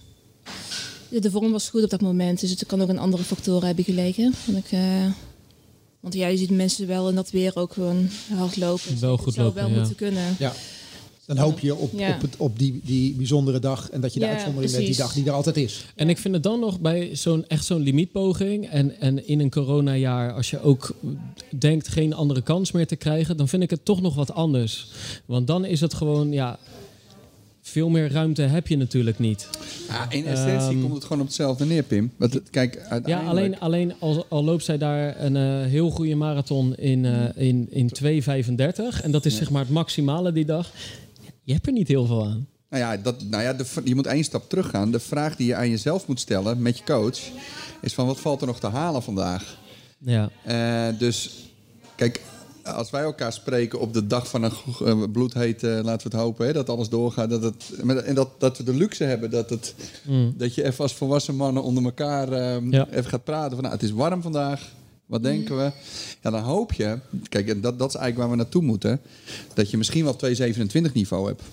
de vorm was goed op dat moment, dus het kan ook aan andere factoren hebben gelegen. Want, ik, uh, want ja, je ziet mensen wel in dat weer ook gewoon hard lopen. Wel dus goed zou lopen, wel ja. moeten kunnen. Ja. Dan hoop je op, ja. op, het, op die, die bijzondere dag en dat je de Ja, uitzondering bent, die precies. dag die er altijd is. En ik vind het dan nog bij zo'n echt zo'n limietpoging en, en in een coronajaar, als je ook denkt geen andere kans meer te krijgen, dan vind ik het toch nog wat anders. Want dan is het gewoon, ja, veel meer ruimte heb je natuurlijk niet. Ja, in essentie um, komt het gewoon op hetzelfde neer, Pim. Want het, kijk, uiteindelijk... Ja, alleen, alleen al, al loopt zij daar een uh, heel goede marathon in, uh, in, in twee vijfendertig en dat is ja. zeg maar het maximale die dag. Je hebt er niet heel veel aan. Nou ja, dat, nou ja de, je moet één stap teruggaan. De vraag die je aan jezelf moet stellen met je coach is van wat valt er nog te halen vandaag? Ja. Uh, dus kijk, als wij elkaar spreken op de dag van een uh, bloedheet, uh, laten we het hopen, hè, dat alles doorgaat. Dat het, en dat, dat we de luxe hebben dat, het, mm. dat je even als volwassen mannen onder elkaar uh, ja. even gaat praten. Van, nou, het is warm vandaag. Wat denken we? Ja, dan hoop je... Kijk, dat, dat is eigenlijk waar we naartoe moeten. Dat je misschien wel twee zevenentwintig niveau hebt.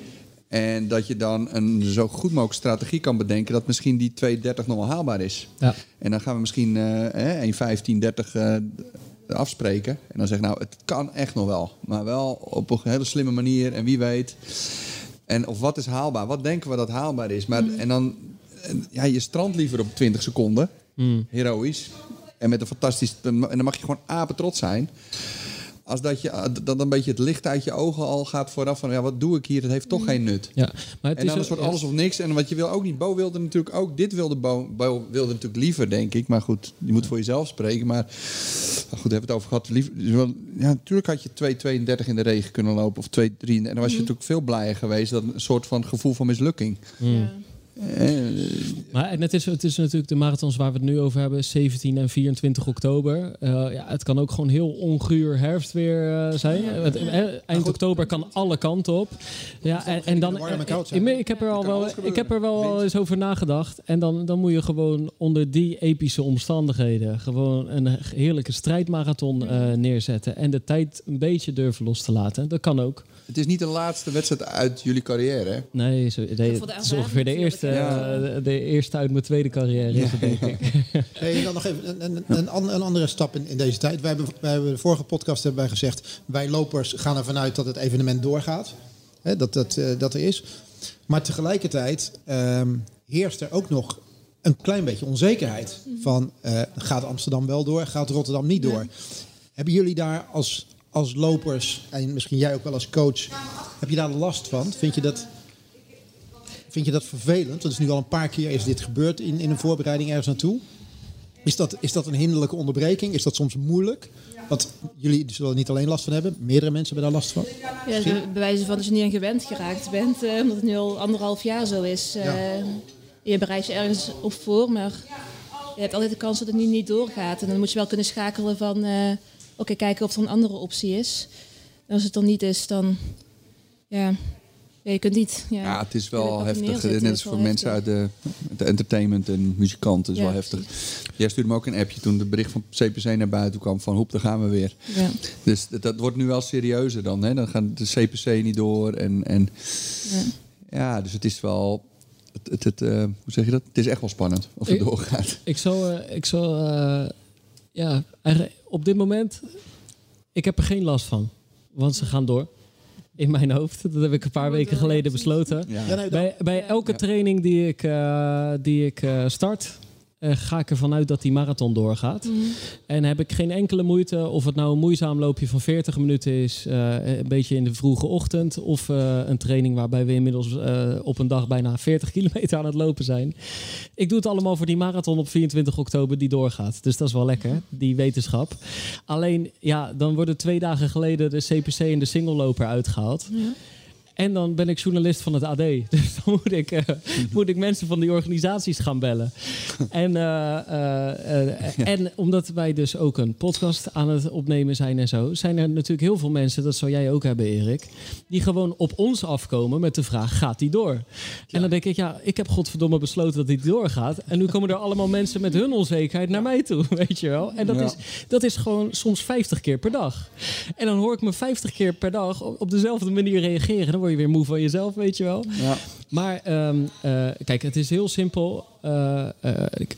En dat je dan een zo goed mogelijk strategie kan bedenken... dat misschien die twee dertig nog wel haalbaar is. Ja. En dan gaan we misschien uh, één vijftien dertig uh, afspreken. En dan zeggen nou, het kan echt nog wel. Maar wel op een hele slimme manier. En wie weet. En of wat is haalbaar? Wat denken we dat haalbaar is? Maar, mm. En dan... Ja, je strandt liever op twintig seconden. Mm. Heroïs. En met een fantastisch... En dan mag je gewoon apen trots zijn. Als dat je dan een beetje het licht uit je ogen al gaat vooraf van... ja, wat doe ik hier? Dat heeft toch geen nut. Ja, maar het en dan is het soort ja. alles of niks. En wat je wil ook niet... Bo wilde natuurlijk ook... Dit wilde Bo, Bo wilde natuurlijk liever, denk ik. Maar goed, je moet voor jezelf spreken. Maar nou goed, daar hebben we het over gehad. Liever, ja, natuurlijk had je twee tweeëndertig in de regen kunnen lopen. Of twee drieëndertig. En dan was je mm. natuurlijk veel blijer geweest. Dat een soort van gevoel van mislukking. Mm. Ja. Maar en het is, het is natuurlijk de marathons waar we het nu over hebben, zeventien en vierentwintig oktober. Uh, ja, het kan ook gewoon heel onguur herfstweer uh, zijn. Ja, het, eh, eind oktober kan alle kanten op. Ja, en, en dan, uh, ik, ik heb er al wel, ik heb er wel al eens over nagedacht. En dan, dan moet je gewoon onder die epische omstandigheden gewoon een heerlijke strijdmarathon uh, neerzetten en de tijd een beetje durven los te laten. Dat kan ook. Het is niet de laatste wedstrijd uit jullie carrière, hè? Nee, zo, nee het is ongeveer de eerste, ja. uh, de eerste uit mijn tweede carrière, ja. denk ik. Hey, dan nog even een, een, een, een andere stap in, in deze tijd. Wij hebben, wij hebben de vorige podcast hebben wij gezegd... wij lopers gaan ervan uit dat het evenement doorgaat. Hè, dat, dat, uh, dat er is. Maar tegelijkertijd um, heerst er ook nog een klein beetje onzekerheid. Van, uh, gaat Amsterdam wel door? Gaat Rotterdam niet door? Ja. Hebben jullie daar als... als lopers, en misschien jij ook wel als coach, heb je daar last van? Vind je dat, vind je dat vervelend? Dat is nu al een paar keer is dit gebeurd in, in een voorbereiding ergens naartoe. Is dat, is dat een hinderlijke onderbreking? Is dat soms moeilijk? Want jullie zullen er niet alleen last van hebben. Meerdere mensen hebben daar last van. Ja, bij wijze van dat je niet aan gewend geraakt bent. Uh, omdat het nu al anderhalf jaar zo is. Uh, ja. Je bereidt je ergens op voor, maar je hebt altijd de kans dat het nu niet doorgaat. En dan moet je wel kunnen schakelen van... Uh, Oké, okay, kijken of er een andere optie is. En als het dan niet is, dan... Ja, ja je kunt niet... Ja, ja het is wel heftig. Net als voor mensen uit de, de entertainment en muzikanten. is ja, wel heftig. Precies. Jij stuurde me ook een appje toen het bericht van C P C naar buiten kwam. Van hoep, daar gaan we weer. Ja. Dus dat, dat wordt nu wel serieuzer dan. Hè? Dan gaat de C P C niet door. En, en ja. ja, dus het is wel... Het, het, het, uh, hoe zeg je dat? Het is echt wel spannend of het ik, doorgaat. Ik zal... Uh, ik zal uh, ja, eigenlijk... Op dit moment, ik heb er geen last van. Want ze gaan door. in mijn hoofd. Dat heb ik een paar weken geleden besloten. Ja. Ja, nee, bij, bij elke ja. training die ik, uh, die ik uh, start... Uh, ga ik ervan uit dat die marathon doorgaat. Mm. En heb ik geen enkele moeite... of het nou een moeizaam loopje van veertig minuten is... Uh, een beetje in de vroege ochtend... of uh, een training waarbij we inmiddels uh, op een dag... bijna veertig kilometer aan het lopen zijn. Ik doe het allemaal voor die marathon op vierentwintig oktober die doorgaat. Dus dat is wel lekker, die wetenschap. Alleen, ja, dan worden twee dagen geleden... de C P C en de singelloper uitgehaald... Ja. En dan ben ik journalist van het A D. Dus dan moet ik, uh, moet ik mensen van die organisaties gaan bellen. En, uh, uh, uh, en omdat wij dus ook een podcast aan het opnemen zijn en zo... zijn er natuurlijk heel veel mensen, dat zou jij ook hebben, Erik... die gewoon op ons afkomen met de vraag, gaat die door? Ja. En dan denk ik, ja, ik heb godverdomme besloten dat die doorgaat. En nu komen er allemaal mensen met hun onzekerheid naar mij toe, weet je wel. En dat, ja. is, dat is gewoon soms vijftig keer per dag. En dan hoor ik me vijftig keer per dag op dezelfde manier reageren. Dan word je weer moe van jezelf, weet je wel. Ja. Maar um, uh, kijk, het is heel simpel. Uh, uh, ik,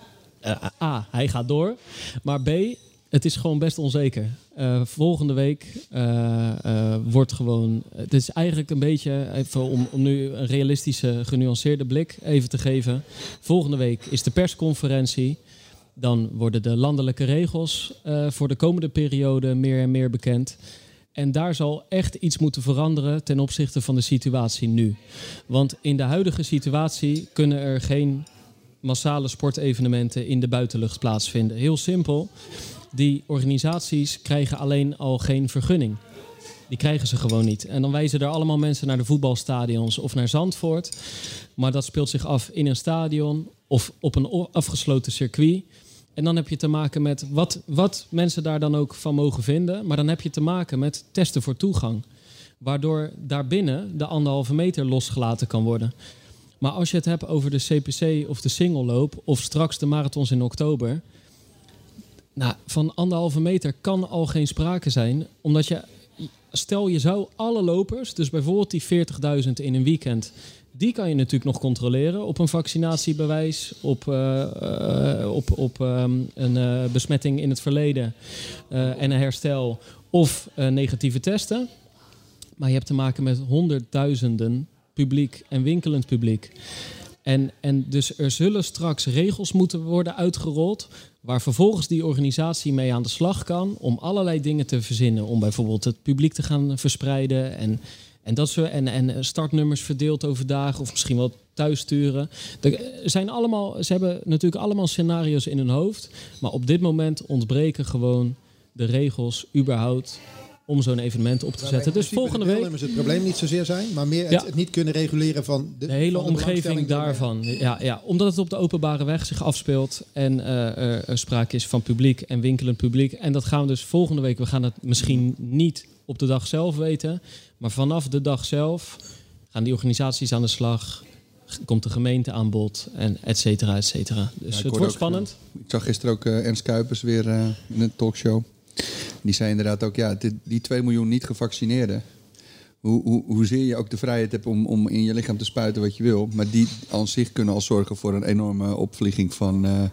uh, A, hij gaat door. Maar B, het is gewoon best onzeker. Uh, volgende week uh, uh, wordt gewoon... Het is eigenlijk een beetje... Even om, om nu een realistische, genuanceerde blik even te geven. Volgende week is de persconferentie. Dan worden de landelijke regels uh, voor de komende periode meer en meer bekend. En daar zal echt iets moeten veranderen ten opzichte van de situatie nu. Want in de huidige situatie kunnen er geen massale sportevenementen in de buitenlucht plaatsvinden. Heel simpel, die organisaties krijgen alleen al geen vergunning. Die krijgen ze gewoon niet. En dan wijzen er allemaal mensen naar de voetbalstadions of naar Zandvoort. Maar dat speelt zich af in een stadion of op een afgesloten circuit. En dan heb je te maken met wat, wat mensen daar dan ook van mogen vinden. Maar dan heb je te maken met testen voor toegang. Waardoor daarbinnen de anderhalve meter losgelaten kan worden. Maar als je het hebt over de C P C of de singelloop... of straks de marathons in oktober... Nou, van anderhalve meter kan al geen sprake zijn. Omdat je... Stel je zou alle lopers, dus bijvoorbeeld die veertigduizend in een weekend... die kan je natuurlijk nog controleren op een vaccinatiebewijs... op, uh, uh, op, op um, een uh, besmetting in het verleden uh, en een herstel... of uh, negatieve testen. Maar je hebt te maken met honderdduizenden publiek en winkelend publiek. En, en dus er zullen straks regels moeten worden uitgerold... waar vervolgens die organisatie mee aan de slag kan... om allerlei dingen te verzinnen. Om bijvoorbeeld het publiek te gaan verspreiden... en, en, dat soort, en, en startnummers verdeeld over dagen... of misschien wel thuis sturen. Er zijn allemaal, ze hebben natuurlijk allemaal scenario's in hun hoofd... maar op dit moment ontbreken gewoon de regels überhaupt... om zo'n evenement op te zetten. Dus volgende week... het probleem niet zozeer zijn, maar meer het, ja. het niet kunnen reguleren van de, de hele van de omgeving daarvan. Ja, ja, omdat het op de openbare weg zich afspeelt en uh, er, er sprake is van publiek en winkelend publiek. En dat gaan we dus volgende week. We gaan het misschien niet op de dag zelf weten, maar vanaf de dag zelf gaan die organisaties aan de slag. Komt de gemeente aan bod en et cetera, et cetera. Dus ja, het wordt ook spannend. Ik zag gisteren ook uh, Ernst Kuipers weer uh, in een talkshow. Die zei inderdaad ook, ja, dit, die twee miljoen niet gevaccineerden. Hoe, hoe, hoezeer je ook de vrijheid hebt om, om in je lichaam te spuiten wat je wil. Maar die aan zich kunnen al zorgen voor een enorme opvlieging van, uh,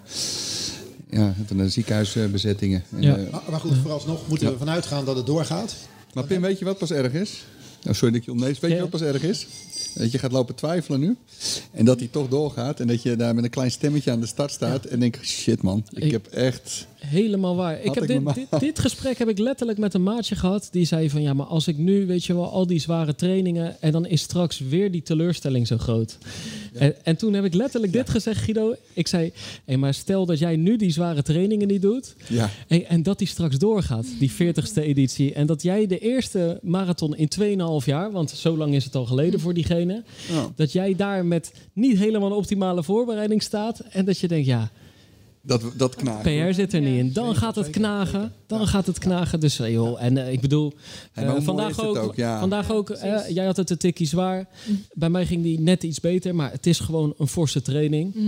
ja, van ziekenhuisbezettingen. Ja. En, uh, maar, maar goed, vooralsnog moeten ja. we vanuit gaan dat het doorgaat. Maar Pim, weet je wat pas erg is? Oh, sorry dat ik je omnees. Weet ja. je wat pas erg is? Dat je gaat lopen twijfelen nu. En dat hij toch doorgaat. En dat je daar met een klein stemmetje aan de start staat. Ja. En denkt, shit man, ik, ik heb echt... Helemaal waar. Ik heb ik dit, dit, dit gesprek heb ik letterlijk met een maatje gehad. Die zei van, ja, maar als ik nu, weet je wel, al die zware trainingen... en dan is straks weer die teleurstelling zo groot. Ja. En, en toen heb ik letterlijk ja. dit gezegd, Guido. Ik zei, hey, maar stel dat jij nu die zware trainingen niet doet... Ja. Hey, en dat die straks doorgaat, die veertigste editie... en dat jij de eerste marathon in tweeënhalf jaar... want zo lang is het al geleden voor diegene... Oh. dat jij daar met niet helemaal een optimale voorbereiding staat... en dat je denkt, ja... Dat, dat knagen. P R zit er niet in. Dan gaat het knagen. Dan gaat het knagen. Dus joh, en uh, ik bedoel, uh, hey, vandaag ook. ook ja. Vandaag ook. Uh, jij had het een tikkie zwaar. Bij mij ging die net iets beter, maar het is gewoon een forse training. Mm.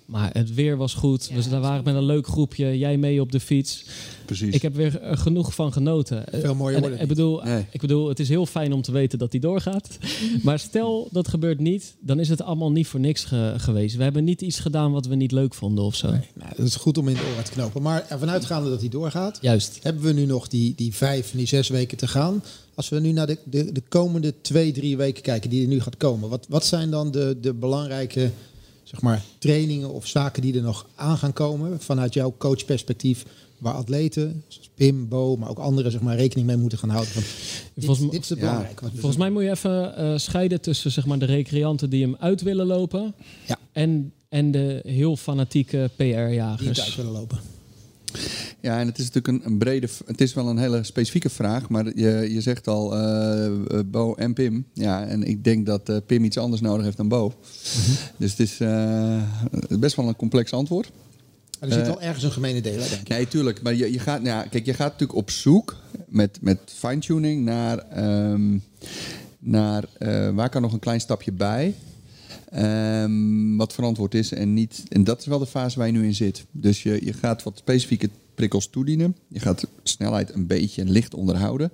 Maar het weer was goed. Ja, we waren met een leuk groepje. Jij mee op de fiets. Precies. Ik heb weer uh, genoeg van genoten. Veel mooier wordt het ik bedoel, nee. ik bedoel, het is heel fijn om te weten dat die doorgaat. Maar stel dat gebeurt niet, dan is het allemaal niet voor niks ge- geweest. We hebben niet iets gedaan wat we niet leuk vonden of zo. Nee, nou, dat is goed om in de oren te knopen. Maar ervan uitgaande dat die doorgaat, Juist. hebben we nu nog die, die vijf en die zes weken te gaan. Als we nu naar de, de, de komende twee, drie weken kijken die er nu gaat komen. Wat, wat zijn dan de, de belangrijke zeg maar, trainingen of zaken die er nog aan gaan komen vanuit jouw coachperspectief, waar atleten, zoals Pim, Bo, maar ook anderen zeg maar, rekening mee moeten gaan houden? Van, dit, volgens, dit is het ja, belangrijke. Volgens mij moet je even uh, scheiden tussen zeg maar, de recreanten die hem uit willen lopen ja. en, en de heel fanatieke P R-jagers. Die het uit willen lopen. Ja, en het is natuurlijk een, een brede... Het is wel een hele specifieke vraag, maar je, je zegt al uh, Bo en Pim. Ja, en ik denk dat uh, Pim iets anders nodig heeft dan Bo. Mm-hmm. Dus het is uh, best wel een complex antwoord. Er zit wel uh, ergens een gemene deel, denk ik. Nee, tuurlijk. Maar je, je, gaat, nou ja, kijk, je gaat natuurlijk op zoek met, met fine-tuning naar, um, naar uh, waar kan nog een klein stapje bij. Um, wat verantwoord is en niet. En dat is wel de fase waar je nu in zit. Dus je, je gaat wat specifieke prikkels toedienen. Je gaat de snelheid een beetje en licht onderhouden.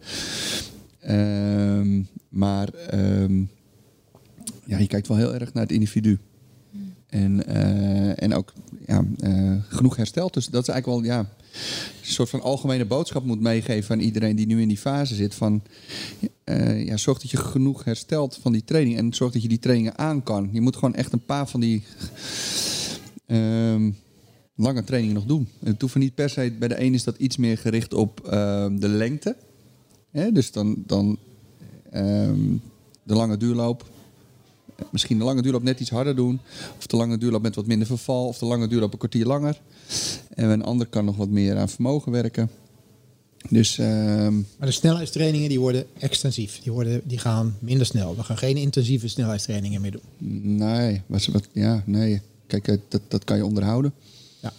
Um, maar um, ja, je kijkt wel heel erg naar het individu. En, uh, en ook ja, uh, genoeg hersteld. Dus dat is eigenlijk wel ja, een soort van algemene boodschap moet meegeven aan iedereen die nu in die fase zit. Van, uh, ja, zorg dat je genoeg herstelt van die training. En zorg dat je die trainingen aan kan. Je moet gewoon echt een paar van die um, lange trainingen nog doen. Het hoeft niet per se, bij de een is dat iets meer gericht op uh, de lengte. Ja, dus dan, dan um, de lange duurloop. Misschien de lange duurloop net iets harder doen. Of de lange duurloop met wat minder verval. Of de lange duurloop een kwartier langer. En een ander kan nog wat meer aan vermogen werken. Dus, uh... Maar de snelheidstrainingen die worden extensief. Die, worden, die gaan minder snel. We gaan geen intensieve snelheidstrainingen meer doen. Nee, wat, wat, ja, nee. Kijk, dat, dat kan je onderhouden. Ja.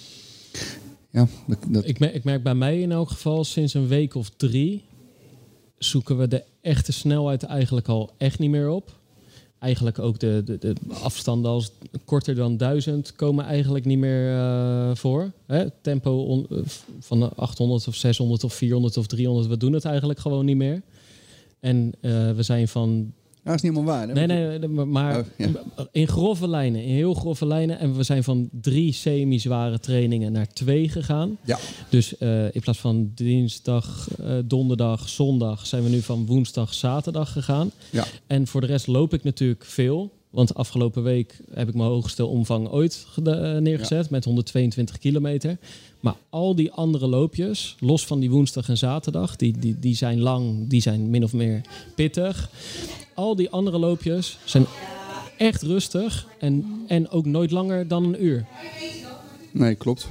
Ja, dat, dat... Ik, merk, ik merk bij mij in elk geval sinds een week of drie zoeken we de echte snelheid eigenlijk al echt niet meer op. Eigenlijk ook de, de, de afstanden als korter dan duizend komen eigenlijk niet meer uh, voor. Hè? Tempo on, uh, van achthonderd of zeshonderd of vierhonderd of driehonderd, we doen het eigenlijk gewoon niet meer. En uh, we zijn van... Nou, dat is niet helemaal waar. Hè? Nee, nee, maar oh, ja. in grove lijnen, in heel grove lijnen. En we zijn van drie semi-zware trainingen naar twee gegaan. Ja. Dus uh, in plaats van dinsdag, uh, donderdag, zondag zijn we nu van woensdag, zaterdag gegaan. Ja. En voor de rest loop ik natuurlijk veel. Want afgelopen week heb ik mijn hoogste omvang ooit geda- neergezet. Ja. Met honderdtweeëntwintig kilometer. Maar al die andere loopjes, los van die woensdag en zaterdag, die, die, die zijn lang, die zijn min of meer pittig. Al die andere loopjes zijn echt rustig en, en ook nooit langer dan een uur. Nee, klopt.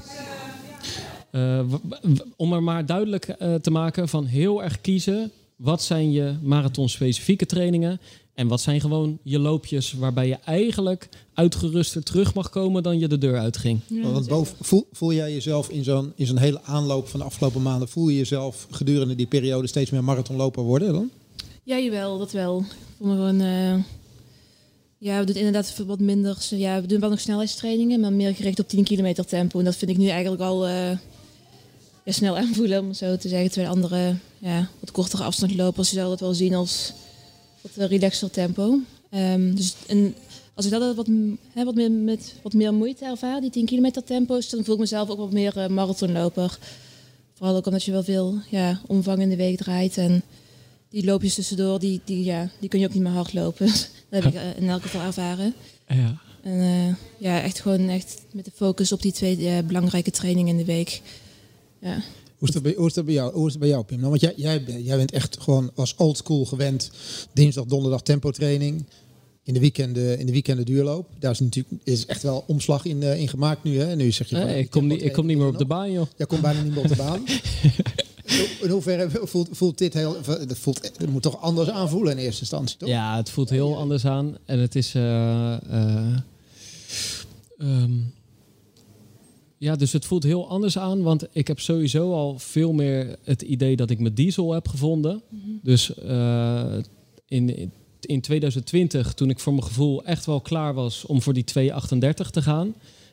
Uh, w- w- om er maar duidelijk uh, te maken van heel erg kiezen. Wat zijn je marathon-specifieke trainingen? En wat zijn gewoon je loopjes waarbij je eigenlijk uitgeruster terug mag komen dan je de deur uitging? Ja, want boven, voel, voel jij jezelf in zo'n, in zo'n hele aanloop van de afgelopen maanden, voel je jezelf gedurende die periode steeds meer marathonloper worden dan? Ja, jawel, dat wel. Ik voel me gewoon... Uh, ja, we doen inderdaad wat minder... Ja, we doen wel nog snelheidstrainingen, maar meer gericht op tien kilometer tempo. En dat vind ik nu eigenlijk al uh, ja, snel aanvoelen, om het zo te zeggen. Terwijl andere, ja, wat kortere afstandlopers, die zouden dat wel zien als wat relaxer tempo. Um, dus en als ik dat wat, hè, wat meer met wat meer moeite ervaar, die tien kilometer tempo's, dan voel ik mezelf ook wat meer uh, marathonloper. Vooral ook omdat je wel veel ja, omvang in de week draait. En die loopjes tussendoor, die, die, ja, die kun je ook niet meer hard lopen. Dat heb ik uh, in elk geval ervaren. Ja. En uh, ja, echt gewoon echt met de focus op die twee uh, belangrijke trainingen in de week. Ja. Hoe is dat bij, hoe is dat bij jou, hoe is dat bij jou, Pim? Nou, want jij, jij, jij bent echt gewoon als oldschool gewend. Dinsdag, donderdag tempotraining. In de weekenden, in de weekenden duurloop. Daar is natuurlijk is echt wel omslag in, uh, in gemaakt nu. Hè? Nu zeg je, nee, ik, kom niet, ik kom niet meer op de baan, joh. Jij komt bijna niet meer op de baan. In hoeverre voelt, voelt dit heel... Het, voelt, het moet toch anders aanvoelen in eerste instantie, toch? Ja, het voelt heel anders aan. En het is... Uh, uh, um, ja, dus het voelt heel anders aan. Want ik heb sowieso al veel meer het idee dat ik mijn diesel heb gevonden. Mm-hmm. Dus uh, in, in twintig twintig, toen ik voor mijn gevoel echt wel klaar was om voor die twee achtendertig te gaan,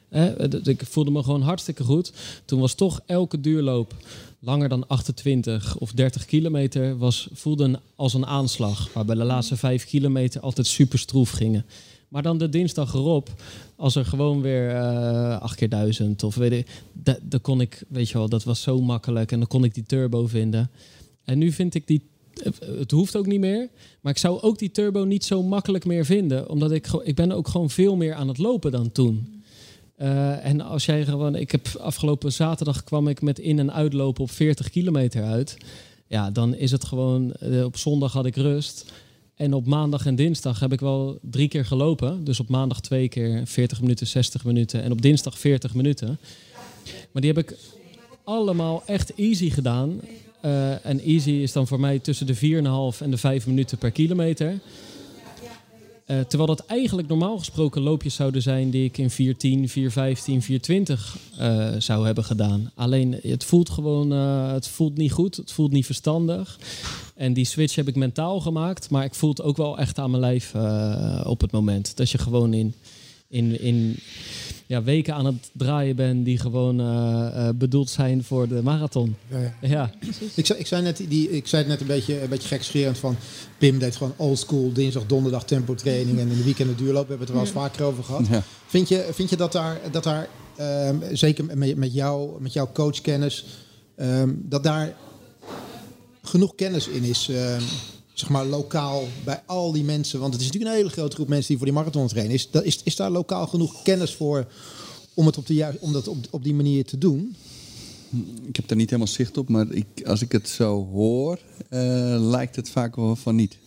Eh, ik voelde me gewoon hartstikke goed. Toen was toch elke duurloop langer dan achtentwintig of dertig kilometer... Was, voelde als een aanslag. Waarbij de laatste vijf kilometer altijd super stroef gingen. Maar dan de dinsdag erop, als er gewoon weer uh, acht keer duizend of weet ik... Dat, dat kon ik, weet je wel, dat was zo makkelijk. En dan kon ik die turbo vinden. En nu vind ik die... Het hoeft ook niet meer. Maar ik zou ook die turbo niet zo makkelijk meer vinden. Omdat ik, ik ben ook gewoon veel meer aan het lopen dan toen. Uh, en als jij gewoon... Ik heb afgelopen zaterdag kwam ik met in- en uitlopen op veertig kilometer uit. Ja, dan is het gewoon... Uh, op zondag had ik rust. En op maandag en dinsdag heb ik wel drie keer gelopen. Dus op maandag twee keer veertig minuten, zestig minuten. En op dinsdag veertig minuten. Maar die heb ik allemaal echt easy gedaan. Uh, en easy is dan voor mij tussen de vier komma vijf en de vijf minuten per kilometer. Uh, terwijl dat eigenlijk normaal gesproken loopjes zouden zijn die ik in vier tien, vier vijftien, vier twintig uh, zou hebben gedaan. Alleen het voelt gewoon, uh, het voelt niet goed, het voelt niet verstandig. En die switch heb ik mentaal gemaakt, maar ik voel het ook wel echt aan mijn lijf uh, op het moment. Dat je gewoon in, in, in ja, weken aan het draaien bent die gewoon uh, uh, bedoeld zijn voor de marathon. Ja, ja. Ja. Ik, zei, ik, zei net, die, ik zei het net een beetje, een beetje gekscherend van... Pim deed gewoon old school, dinsdag, donderdag tempo training... en in de weekenden duurloop. We hebben het er wel eens vaker over gehad. Ja. Vind je, vind je dat daar, dat daar um, zeker met, met, jou, met jouw coachkennis... Um, dat daar genoeg kennis in is... Um, zeg maar lokaal bij al die mensen... want het is natuurlijk een hele grote groep mensen die voor die marathon trainen. Is, dat, is, is daar lokaal genoeg kennis voor om, het op, de ju- om dat op, op die manier te doen? Ik heb daar niet helemaal zicht op, maar ik, als ik het zo hoor, uh, lijkt het vaak wel van niet.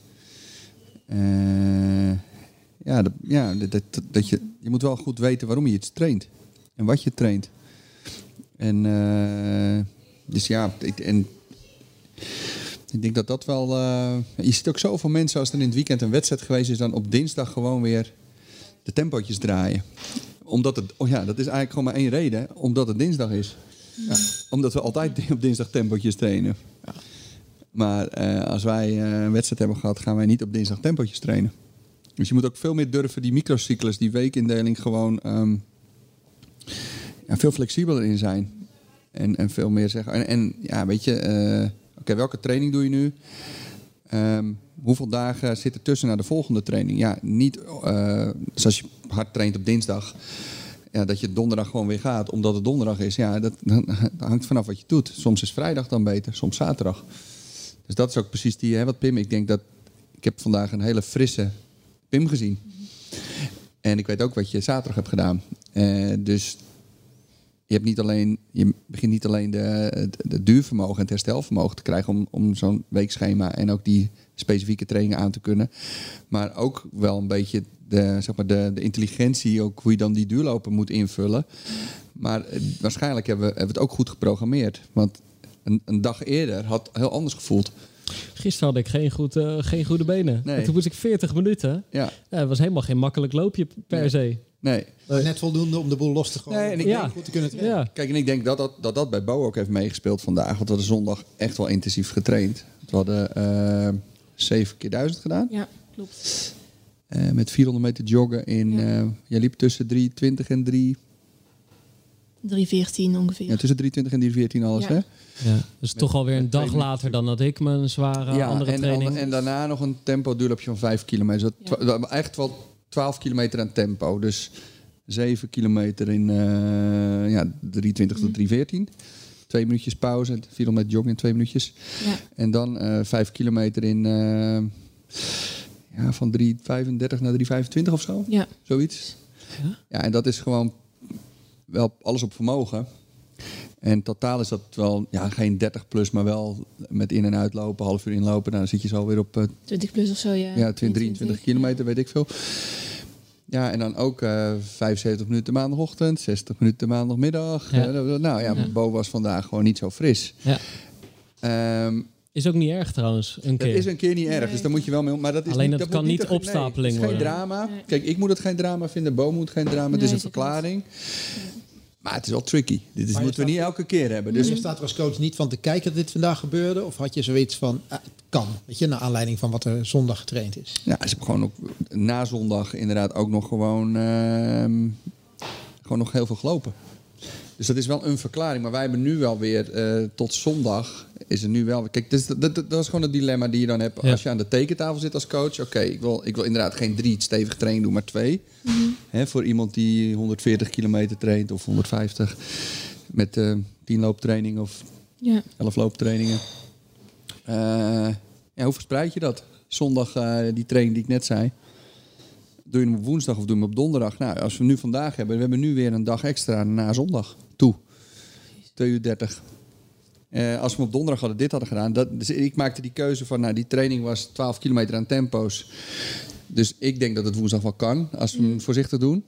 Uh, ja, dat, ja dat, dat, dat je, je moet wel goed weten waarom je iets traint. En wat je traint. En uh, dus ja, ik, en... Ik denk dat dat wel... Uh, je ziet ook zoveel mensen als er in het weekend een wedstrijd geweest is... dan op dinsdag gewoon weer de tempootjes draaien. Omdat het... Oh ja, dat is eigenlijk gewoon maar één reden. Omdat het dinsdag is. Ja, omdat we altijd op dinsdag tempootjes trainen. Ja. Maar uh, als wij uh, een wedstrijd hebben gehad... gaan wij niet op dinsdag tempootjes trainen. Dus je moet ook veel meer durven die microcyclus... die weekindeling gewoon... Um, ja, veel flexibeler in zijn. En, en veel meer zeggen... En, en ja, weet je... Uh, Oké, okay, welke training doe je nu? Um, hoeveel dagen zitten tussen naar de volgende training? Ja, niet uh, zoals je hard traint op dinsdag. Ja, dat je donderdag gewoon weer gaat, omdat het donderdag is. Ja, dat, dat hangt vanaf wat je doet. Soms is vrijdag dan beter, soms zaterdag. Dus dat is ook precies die, hè, wat Pim... Ik denk dat... Ik heb vandaag een hele frisse Pim gezien. En ik weet ook wat je zaterdag hebt gedaan. Uh, dus... Je, hebt niet alleen, je begint niet alleen de, de, de duurvermogen en het herstelvermogen te krijgen... om, om zo'n weekschema en ook die specifieke trainingen aan te kunnen. Maar ook wel een beetje de, zeg maar de, de intelligentie, ook hoe je dan die duurlopen moet invullen. Maar eh, waarschijnlijk hebben we, hebben we het ook goed geprogrammeerd. Want een, een dag eerder had heel anders gevoeld. Gisteren had ik geen, goed, uh, geen goede benen. Nee. En toen moest ik veertig minuten. Ja. Ja, het was helemaal geen makkelijk loopje per nee. se. Nee. Uh, net voldoende om de boel los te gooien. Nee, en ik ja. denk goed te kunnen trainen. Ja. Kijk, en ik denk dat dat, dat dat bij Bo ook heeft meegespeeld vandaag. Want we hadden zondag echt wel intensief getraind. We hadden uh, zeven keer duizend gedaan. Ja, klopt. Uh, met vierhonderd meter joggen in... Ja. Uh, jij liep tussen drie twintig en drie... drie veertien ongeveer. Ja, tussen drie twintig en drie veertien alles, ja. hè? Ja, dus toch alweer een dag later dan dat ik mijn zware ja, andere en, training... en daarna nog een tempo duurloopje van vijf kilometer. Dus ja. twa- echt wel twaalf kilometer aan tempo. Dus zeven kilometer in uh, ja, drie twintig mm. tot drie veertien. Twee minuutjes pauze, vierhonderd meter joggen in twee minuutjes. Ja. En dan uh, vijf kilometer in uh, ja, van drie vijfendertig naar drie vijfentwintig of zo. Ja. Zoiets. Ja? Ja, en dat is gewoon wel alles op vermogen. En totaal is dat wel ja, geen dertig plus, maar wel met in- en uitlopen, half uur inlopen. Nou, dan zit je zo weer op uh, twintig plus of zo, ja. Ja, drieëntwintig kilometer, weet ik veel. Ja, en dan ook uh, vijfenzeventig minuten maandagochtend, zestig minuten maandagmiddag. Ja. Uh, nou ja, ja, Bo was vandaag gewoon niet zo fris. Ja. Um, is ook niet erg trouwens, een keer. Het is een keer niet erg, nee. Dus daar moet je wel mee om. Maar dat is Alleen niet, het dat kan niet opstapeling nee, het is worden. geen drama. Nee. Kijk, ik moet het geen drama vinden, Bo moet geen drama. Het nee, is een verklaring. Maar het is wel tricky. Dit is, moeten we niet elke keer hebben. Dus je staat er als coach niet van te kijken dat dit vandaag gebeurde? Of had je zoiets van, ah, het kan, weet je, naar aanleiding van wat er zondag getraind is? Ja, ze hebben gewoon ook na zondag inderdaad ook nog gewoon... Uh, gewoon nog heel veel gelopen. Dus dat is wel een verklaring. Maar wij hebben nu wel weer, uh, tot zondag, is er nu wel... Kijk, dat is, dat, dat is gewoon het dilemma die je dan hebt ja. als je aan de tekentafel zit als coach. Oké, okay, ik, wil, ik wil inderdaad geen drie stevige trainingen doen, maar twee. Mm-hmm. Hè, voor iemand die honderdveertig kilometer traint of honderdvijftig. Met uh, tien looptrainingen of ja. elf looptrainingen. Uh, ja, hoe verspreid je dat? Zondag uh, die training die ik net zei. Doe je hem op woensdag of doe je hem op donderdag? Nou, als we nu vandaag hebben, we hebben nu weer een dag extra na zondag toe. twee uur dertig. Uh, als we hem op donderdag hadden dit hadden gedaan. Dat, dus ik maakte die keuze van, nou, die training was twaalf kilometer aan tempo's. Dus ik denk dat het woensdag wel kan, als we hem voorzichtig doen.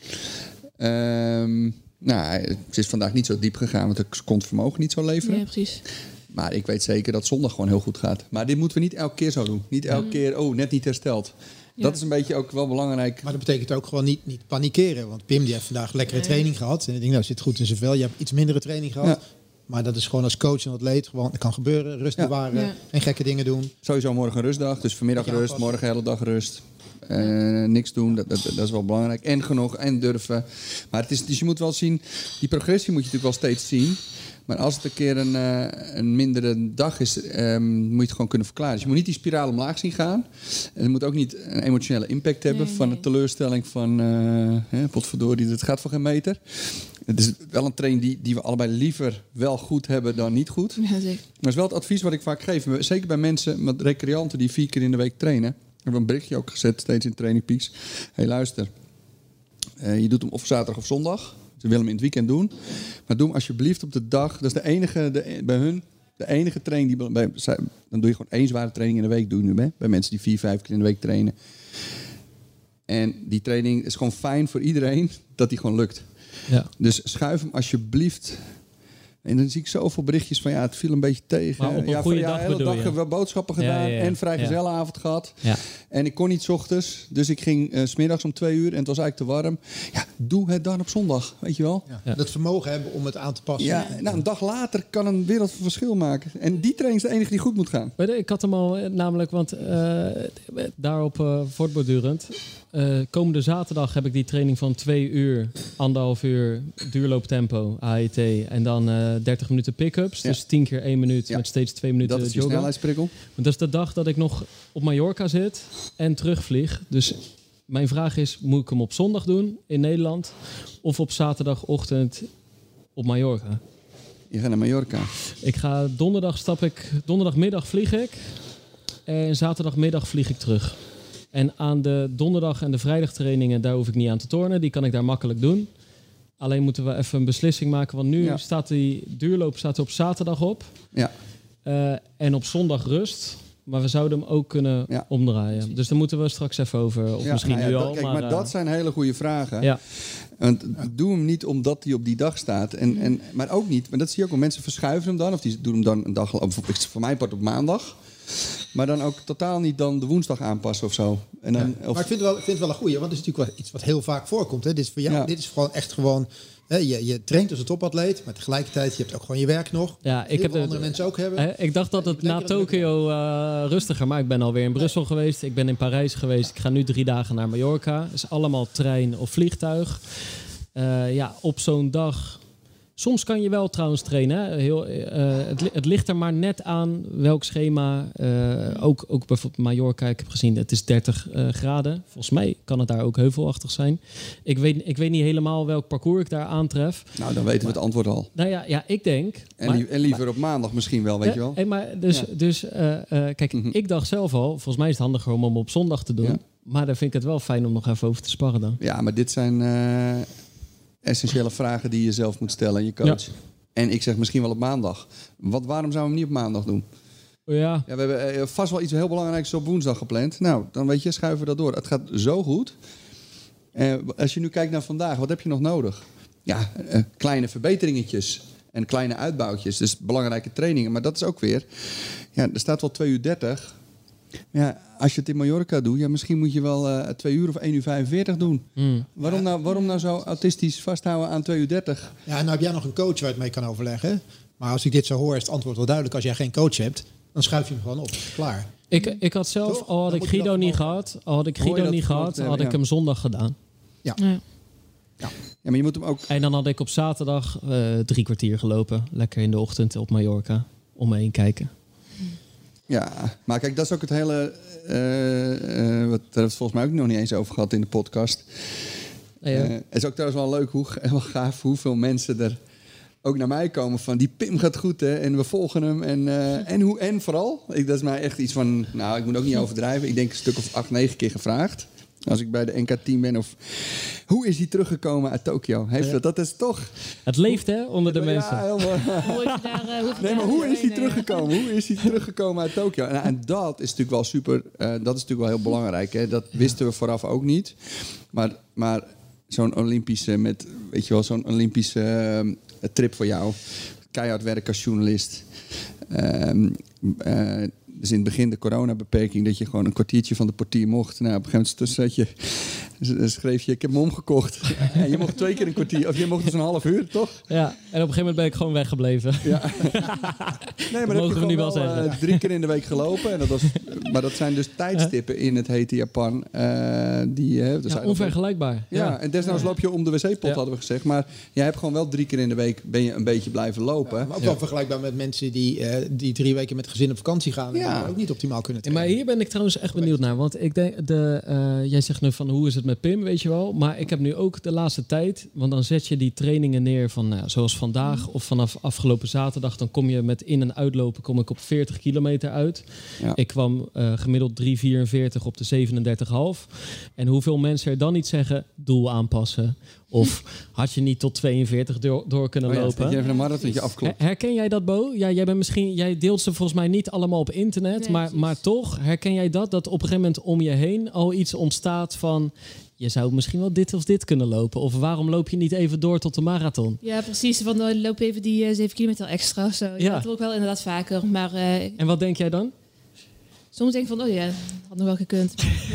Um, nou, het is vandaag niet zo diep gegaan, want ik kon het vermogen niet zo leveren. Ja, precies. Maar ik weet zeker dat zondag gewoon heel goed gaat. Maar dit moeten we niet elke keer zo doen. Niet elke mm. keer, oh, net niet hersteld. Ja. Dat is een beetje ook wel belangrijk. Maar dat betekent ook gewoon niet, niet panikeren. Want Pim die heeft vandaag lekkere nee. training gehad. En ik denk, nou, zit goed in zijn vel. Je hebt iets mindere training gehad. Ja. Maar dat is gewoon als coach en atleet. Gewoon, dat kan gebeuren. Rust ja. bewaren. Ja. En gekke dingen doen. Sowieso morgen een rustdag. Dus vanmiddag ja, rust. Morgen de hele dag rust. Uh, niks doen, dat, dat, dat is wel belangrijk. En genoeg, en durven. Maar het is, dus je moet wel zien, die progressie moet je natuurlijk wel steeds zien. Maar als het een keer een, uh, een mindere dag is, um, moet je het gewoon kunnen verklaren. Dus je moet niet die spiraal omlaag zien gaan. En het moet ook niet een emotionele impact hebben nee, van nee. de teleurstelling van, uh, hè, potverdorie, het gaat voor geen meter. Het is wel een training die, die we allebei liever wel goed hebben dan niet goed. Ja, zeker. Maar het is wel het advies wat ik vaak geef. Zeker bij mensen, met recreanten die vier keer in de week trainen. Ik heb een berichtje ook gezet, steeds in Training Peaks. Hé, hey, luister. Uh, je doet hem of zaterdag of zondag. Ze willen hem in het weekend doen. Maar doe hem alsjeblieft op de dag. Dat is de enige, de, bij hun, de enige training die... Bij, dan doe je gewoon één zware training in de week. Doe je nu, hè? Bij mensen die vier, vijf keer in de week trainen. En die training is gewoon fijn voor iedereen dat die gewoon lukt. Ja. Dus schuif hem alsjeblieft... En dan zie ik zoveel berichtjes van ja, het viel een beetje tegen. Maar op een ja, goede van, ja, dag hele dag hebben we boodschappen gedaan ja, ja, ja. en vrijgezellenavond ja. gehad. Ja. En ik kon niet 's ochtends, dus ik ging uh, 's middags om twee uur en het was eigenlijk te warm. Ja, doe het dan op zondag, weet je wel. Ja. Ja. Dat vermogen hebben om het aan te passen. Ja, nou, een dag later kan een wereld van verschil maken. En die training is de enige die goed moet gaan. Ik had hem al namelijk, want uh, daarop uh, voortbordurend. Uh, komende zaterdag heb ik die training van twee uur, anderhalf uur duurlooptempo, A E T en dan uh, dertig minuten pick-ups. Ja. Dus tien keer één minuut ja. met steeds twee minuten dat is je joggen. snelheidsprikkel. Want dat is de dag dat ik nog op Mallorca zit en terugvlieg. Dus mijn vraag is, moet ik hem op zondag doen in Nederland of op zaterdagochtend op Mallorca? Je gaat naar Mallorca. Ik ga donderdag stap ik, donderdagmiddag vlieg ik en zaterdagmiddag vlieg ik terug. En aan de donderdag en de vrijdagtrainingen, daar hoef ik niet aan te tornen. Die kan ik daar makkelijk doen. Alleen moeten we even een beslissing maken. Want nu ja. staat die duurloop staat op zaterdag op. Ja. Uh, en op zondag rust. Maar we zouden hem ook kunnen ja. omdraaien. Dus daar moeten we straks even over. Of ja, misschien nou ja, nu al. Dat, kijk, maar, maar uh, dat zijn hele goede vragen. Ja. Want doe hem niet omdat hij op die dag staat. En, en, maar ook niet. Maar dat zie je ook wel. Mensen verschuiven hem dan. Of die doen hem dan een dag. Of voor mijn part op maandag. Maar dan ook totaal niet dan de woensdag aanpassen of zo. En dan, ja, of... Maar ik vind het wel, ik vind het wel een goeie. Want het is natuurlijk wel iets wat heel vaak voorkomt. Hè. Dit is voor jou. Ja. Dit is gewoon echt gewoon... Hè, je, je traint als een topatleet. Maar tegelijkertijd, je hebt ook gewoon je werk nog. Ja, ik heb de, andere mensen ook hebben. Ik dacht dat het na Tokio uh, rustiger. Maar ik ben alweer in Brussel ja. geweest. Ik ben in Parijs geweest. Ik ga nu drie dagen naar Mallorca. Het is allemaal trein of vliegtuig. Uh, ja, op zo'n dag... Soms kan je wel trouwens trainen. Hè? Heel, uh, het, het ligt er maar net aan welk schema. Uh, ook, ook bijvoorbeeld Mallorca, ik heb gezien, het is dertig uh, graden. Volgens mij kan het daar ook heuvelachtig zijn. Ik weet, ik weet niet helemaal welk parcours ik daar aantref. Nou, dan weten maar, we het antwoord al. Nou ja, ja ik denk... En, maar, li- en liever maar, op maandag misschien wel, weet uh, je wel. Hey, maar dus, ja. dus uh, uh, kijk, mm-hmm. ik dacht zelf al, volgens mij is het handiger om hem op zondag te doen. Ja. Maar dan vind ik het wel fijn om nog even over te sparren dan. Ja, maar dit zijn... Uh... essentiële vragen die je zelf moet stellen aan je coach. Ja. En ik zeg misschien wel op maandag. Wat, waarom zouden we hem niet op maandag doen? Ja. Ja, we hebben vast wel iets heel belangrijks op woensdag gepland. Nou, dan weet je, schuiven we dat door. Het gaat zo goed. Uh, als je nu kijkt naar vandaag, wat heb je nog nodig? Ja, uh, kleine verbeteringetjes en kleine uitbouwtjes. Dus belangrijke trainingen. Maar dat is ook weer... Ja, er staat wel twee uur dertig... Ja, als je het in Mallorca doet, ja, misschien moet je wel uh, twee uur of één uur vijfenveertig doen. Mm. Waarom, nou, waarom nou zo autistisch vasthouden aan twee uur dertig? Ja, nou heb jij nog een coach waar je het mee kan overleggen. Maar als ik dit zo hoor, is het antwoord wel duidelijk. Als jij geen coach hebt, dan schuif je hem gewoon op. Klaar. Ik, ik had zelf, Toch? al had ik Guido niet gehad, al had ik Guido niet gehad, had ja. ik hem zondag gedaan. Ja. ja. Ja. Ja, maar je moet hem ook... En dan had ik op zaterdag uh, drie kwartier gelopen. Lekker in de ochtend op Mallorca. Om me heen kijken. Ja, maar kijk, dat is ook het hele... Uh, uh, wat, daar hebben we het volgens mij ook nog niet eens over gehad in de podcast. Ja, ja. Uh, het is ook trouwens wel leuk, hoe, wel gaaf hoeveel mensen er ook naar mij komen van... die Pim gaat goed, hè, en we volgen hem. En, uh, en, hoe, en vooral, ik, dat is mij echt iets van... Nou, ik moet ook niet overdrijven. Ik denk een stuk of acht, negen keer gevraagd. Als ik bij de N K-team ben. Of hoe is hij teruggekomen uit Tokio? Heeft ja. dat, dat is toch... Het leeft, hè, onder de ja, mensen. Ja, nee, maar hoe is hij teruggekomen? Hoe is hij teruggekomen uit Tokio? En, en dat is natuurlijk wel super... Uh, dat is natuurlijk wel heel belangrijk. Hè? Dat wisten we vooraf ook niet. Maar, maar zo'n Olympische... met, weet je wel, zo'n Olympische uh, trip voor jou. Keihard werk als journalist. Um, uh, Dus in het begin de coronabeperking... dat je gewoon een kwartiertje van de portier mocht. Nou, op een gegeven moment zat je, schreef je... ik heb hem omgekocht. En je mocht twee keer een kwartier... of je mocht dus een half uur, toch? Ja, en op een gegeven moment ben ik gewoon weggebleven. Ja. Nee, maar dat heb je nu wel zeggen. Uh, drie keer in de week gelopen. En dat was, maar dat zijn dus tijdstippen in het hete Japan. Uh, die, uh, ja, onvergelijkbaar. Ja, ja, en desnoods loop je om de wc-pot, ja. hadden we gezegd. Maar jij hebt gewoon wel drie keer in de week... ben je een beetje blijven lopen. Ja, maar ook wel ja. vergelijkbaar met mensen die, uh, die drie weken met gezin op vakantie gaan... Ja. ook niet optimaal kunnen trainen. Maar hier ben ik trouwens echt benieuwd naar. Want ik denk, de, uh, jij zegt nu van hoe is het met Pim, weet je wel. Maar ik heb nu ook de laatste tijd... want dan zet je die trainingen neer van nou, zoals vandaag... of vanaf afgelopen zaterdag... dan kom je met in- en uitlopen kom ik op veertig kilometer uit. Ja. Ik kwam uh, gemiddeld drie vierenveertig op de zevenendertig komma vijf. En hoeveel mensen er dan niet zeggen... doel aanpassen... Of had je niet tot tweeënveertig door, door kunnen oh ja, lopen? Dat je even een marathonje afklopt. Herken jij dat, Bo? Ja, jij bent misschien, jij deelt ze volgens mij niet allemaal op internet, nee, maar, maar toch herken jij dat dat op een gegeven moment om je heen al iets ontstaat van je zou misschien wel dit of dit kunnen lopen, of waarom loop je niet even door tot de marathon? Ja, precies. Van uh, loop even die uh, zeven kilometer extra. Zo. Ja, ja. Dat doe ik wel inderdaad vaker. Maar uh, en wat denk jij dan? Soms denk ik van, oh ja, had nog wel gekund.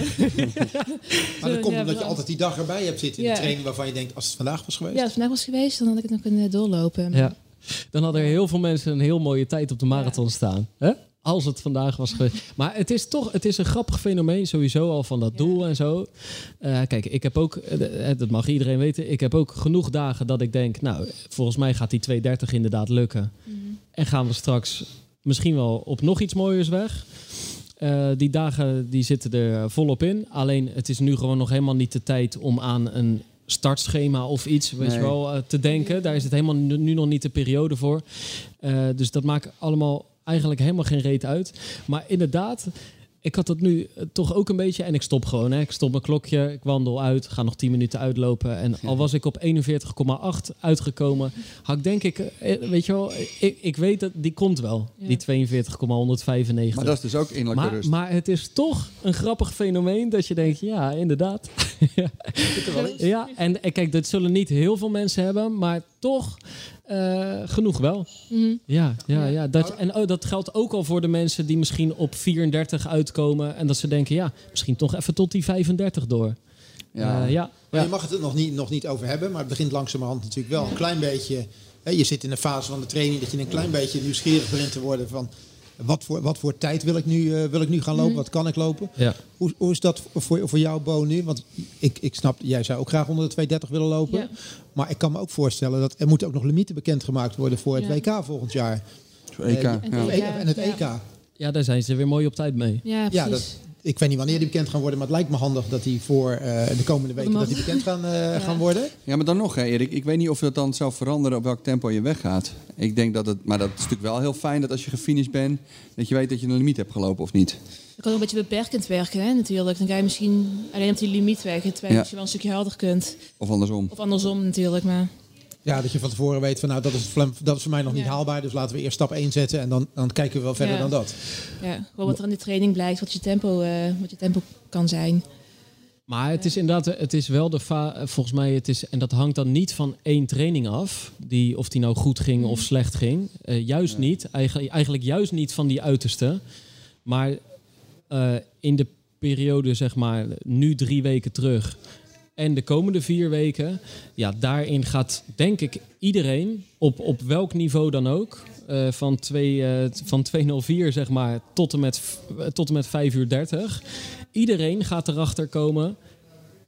Maar dat komt ja, omdat je altijd die dag erbij hebt zitten in ja. de training waarvan je denkt, als het vandaag was geweest. Ja, als het vandaag was geweest, dan had ik het nog kunnen doorlopen. Ja. Dan hadden er heel veel mensen een heel mooie tijd op de marathon ja. staan. Hè? Als het vandaag was geweest. Maar het is toch, het is een grappig fenomeen sowieso al van dat ja. doel en zo. Uh, kijk, ik heb ook, uh, dat mag iedereen weten, ik heb ook genoeg dagen dat ik denk, nou, volgens mij gaat die twee dertig inderdaad lukken. Mm-hmm. En gaan we straks misschien wel op nog iets mooiers weg. Uh, die dagen die zitten er volop in. Alleen het is nu gewoon nog helemaal niet de tijd om aan een startschema of iets weet nee. je wel, uh, te denken. Daar is het helemaal nu, nu nog niet de periode voor. Uh, dus dat maakt allemaal eigenlijk helemaal geen reet uit. Maar inderdaad, ik had dat nu toch ook een beetje... en ik stop gewoon, hè. Ik stop mijn klokje, ik wandel uit... ga nog tien minuten uitlopen... en al was ik op eenenveertig komma acht uitgekomen... had ik denk ik, weet je wel... ik, ik weet dat die komt wel, ja. die tweeënveertig komma honderdvijfennegentig. Maar dat is dus ook innerlijke maar, rust. Maar het is toch een grappig fenomeen... dat je denkt, ja, inderdaad. ja. ja, en, en kijk, dat zullen niet heel veel mensen hebben... maar toch... Uh, genoeg wel. Mm-hmm. Ja, ja, ja. Dat, en oh, dat geldt ook al voor de mensen die misschien op vierendertig uitkomen. En dat ze denken, ja, misschien toch even tot die vijfendertig door. Ja. Uh, ja. Maar je mag het er nog niet, nog niet over hebben. Maar het begint langzamerhand natuurlijk wel een klein beetje... Hè, je zit in een fase van de training dat je een klein beetje nieuwsgierig begint te worden van... Wat voor, wat voor tijd wil ik nu, uh, wil ik nu gaan lopen? Mm. Wat kan ik lopen? Ja. Hoe, hoe is dat voor, voor jou, Bo, nu? Want ik, ik snap, jij zou ook graag onder de twee dertig willen lopen. Ja. Maar ik kan me ook voorstellen dat er moeten ook nog limieten bekendgemaakt worden voor het ja. W K volgend jaar. Het E K. Uh, en, ja. Ja. en het E K. Ja. ja, daar zijn ze weer mooi op tijd mee. Ja, ja dat, ik weet niet wanneer die bekend gaan worden, maar het lijkt me handig dat die voor uh, de komende weken dat die bekend gaan, uh, ja. gaan worden. Ja, maar dan nog, hè, Erik. Ik weet niet of dat dan zou veranderen op welk tempo je weggaat. Ik denk dat het, maar dat is natuurlijk wel heel fijn dat als je gefinished bent, dat je weet dat je een limiet hebt gelopen of niet. Dat kan ook een beetje beperkend werken, hè, natuurlijk. Dan ga je misschien alleen op die limiet weg, terwijl ja. je wel een stukje harder kunt. Of andersom. Of andersom natuurlijk, maar... Ja, dat je van tevoren weet van nou, dat is, dat is voor mij nog niet ja. haalbaar. Dus laten we eerst stap één zetten en dan, dan kijken we wel verder ja. dan dat. Ja, gewoon wat er in de training blijkt, wat je tempo, uh, wat je tempo kan zijn. Maar het is inderdaad, het is wel de fa- volgens mij, het is, en dat hangt dan niet van één training af, die, of die nou goed ging of slecht ging. Uh, juist nee. niet, eigenlijk, eigenlijk juist niet van die uiterste. Maar uh, in de periode, zeg maar, nu drie weken terug en de komende vier weken, ja, daarin gaat, denk ik, iedereen, op, op welk niveau dan ook, uh, van, twee, uh, van twee nul vier, zeg maar, tot en met, tot en met vijf uur dertig. Iedereen gaat erachter komen,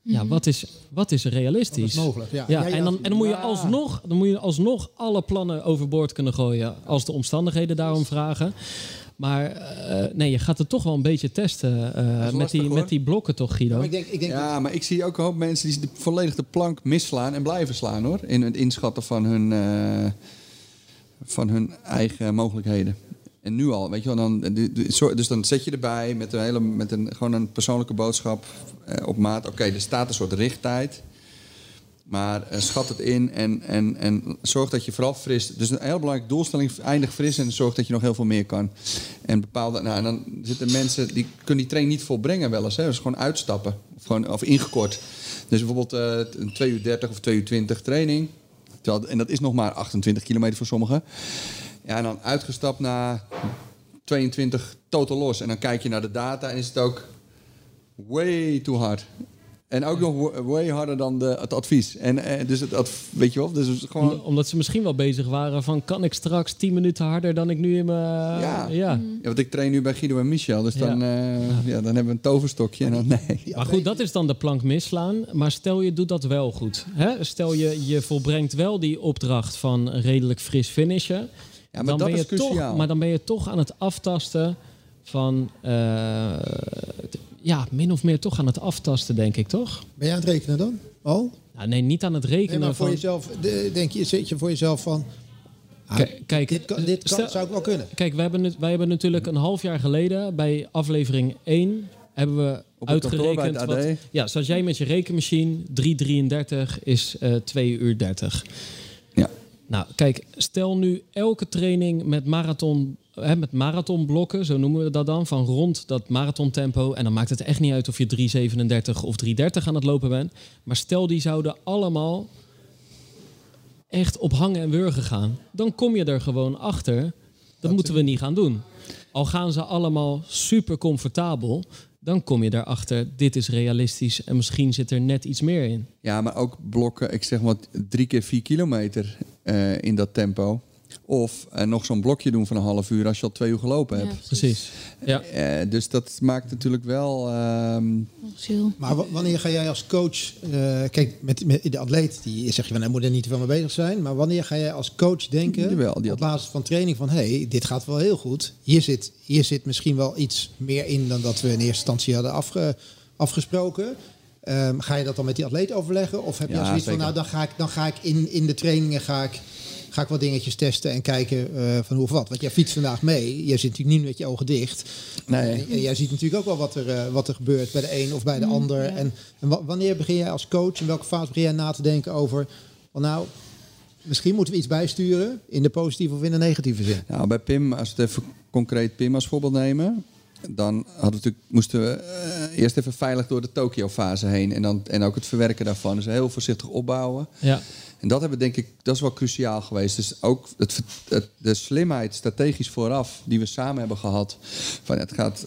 Ja, wat is, wat is realistisch? Dat is mogelijk, ja. Ja, ja, ja. en, dan, en dan, moet je alsnog, dan moet je alsnog alle plannen overboord kunnen gooien als de omstandigheden daarom vragen. Maar uh, nee, je gaat het toch wel een beetje testen uh, lastig, met, die, met die blokken toch, Guido? Ja, maar ik, denk, ik denk ja, dat... maar ik zie ook een hoop mensen die de, volledig de plank misslaan en blijven slaan, hoor. In het inschatten van hun, uh, van hun eigen mogelijkheden. En nu al, weet je wel, dan, dus dan zet je erbij met een, hele, met een, gewoon een persoonlijke boodschap uh, op maat. Oké, okay, er staat een soort richttijd. Maar uh, schat het in en, en, en zorg dat je vooral fris... Dus een heel belangrijke doelstelling, eindig fris en zorg dat je nog heel veel meer kan. En bepaalde... Nou, en dan zitten mensen, die kunnen die training niet volbrengen wel eens. Hè? Dus gewoon uitstappen. Of, gewoon, of ingekort. Dus bijvoorbeeld uh, een twee uur dertig of twee uur twintig training. Terwijl, en dat is nog maar achtentwintig kilometer voor sommigen. Ja, en dan uitgestapt naar tweeëntwintig totaal los. En dan kijk je naar de data en is het ook way too hard. En ook nog way harder dan de, het advies. En eh, dus het adv, weet je wel, dus gewoon... Om, omdat ze misschien wel bezig waren van... kan ik straks tien minuten harder dan ik nu in mijn... Ja. Ja. Mm. Ja, want ik train nu bij Guido en Michel. Dus dan, ja. Uh, ja, dan hebben we een toverstokje. En dan, nee. Maar goed, dat is dan de plank misslaan. Maar stel je doet dat wel goed. Hè? Stel je, je volbrengt wel die opdracht van redelijk fris finishen. Ja, maar dan dat ben je is cruciaal. toch, maar dan ben je toch aan het aftasten van... Uh, ja, min of meer toch aan het aftasten, denk ik, toch? Ben jij aan het rekenen dan? Al? Nou, nee, niet aan het rekenen. Nee, maar voor van... jezelf, denk je, zit je voor jezelf van... Ah, kijk, kijk, dit kan, dit kan, stel, zou ik wel kunnen. Kijk, wij hebben, wij hebben natuurlijk een half jaar geleden... bij aflevering één hebben we op uitgerekend... Wat, ja, zoals jij met je rekenmachine... drie drieëndertig is uh, twee uur dertig. Ja. Nou, kijk, stel nu elke training met marathon... Hè, met marathonblokken, zo noemen we dat dan, van rond dat marathontempo. En dan maakt het echt niet uit of je drie zevenendertig of drie dertig aan het lopen bent. Maar stel, die zouden allemaal echt op hangen en wurgen gaan. Dan kom je er gewoon achter. Dat, dat moeten we niet gaan doen. Al gaan ze allemaal super comfortabel, dan kom je daarachter, dit is realistisch en misschien zit er net iets meer in. Ja, maar ook blokken, ik zeg maar drie keer vier kilometer uh, in dat tempo. Of uh, nog zo'n blokje doen van een half uur als je al twee uur gelopen hebt. Ja, precies. Ja. Uh, dus dat maakt natuurlijk wel... Um... Maar w- wanneer ga jij als coach... Uh, kijk, met, met de atleet, die zeg je van... hij moet er niet te veel mee bezig zijn. Maar wanneer ga jij als coach denken... Jawel, die op basis van training van... hé, hey, dit gaat wel heel goed. Hier zit, hier zit misschien wel iets meer in... dan dat we in eerste instantie hadden afge, afgesproken. Um, ga je dat dan met die atleet overleggen? Of heb je ja, zoiets zeker. van... nou, dan ga ik, dan ga ik in, in de trainingen... ga ik Ga ik wat dingetjes testen en kijken uh, van hoe of wat. Want jij fietst vandaag mee. Jij zit natuurlijk niet met je ogen dicht. Nee. En jij ziet natuurlijk ook wel wat er, uh, wat er gebeurt bij de een of bij de mm, ander. Ja. En, en w- wanneer begin jij als coach, in welke fase begin jij na te denken over... Well, nou, misschien moeten we iets bijsturen in de positieve of in de negatieve zin. Nou, bij Pim, als we het even concreet Pim als voorbeeld nemen... dan hadden we natuurlijk, moesten we uh, eerst even veilig door de Tokio-fase heen. En, dan, en ook het verwerken daarvan. Dus heel voorzichtig opbouwen. Ja. En dat hebben we, denk ik, dat is wel cruciaal geweest. Dus ook het, het, de slimheid strategisch vooraf die we samen hebben gehad. Van het gaat,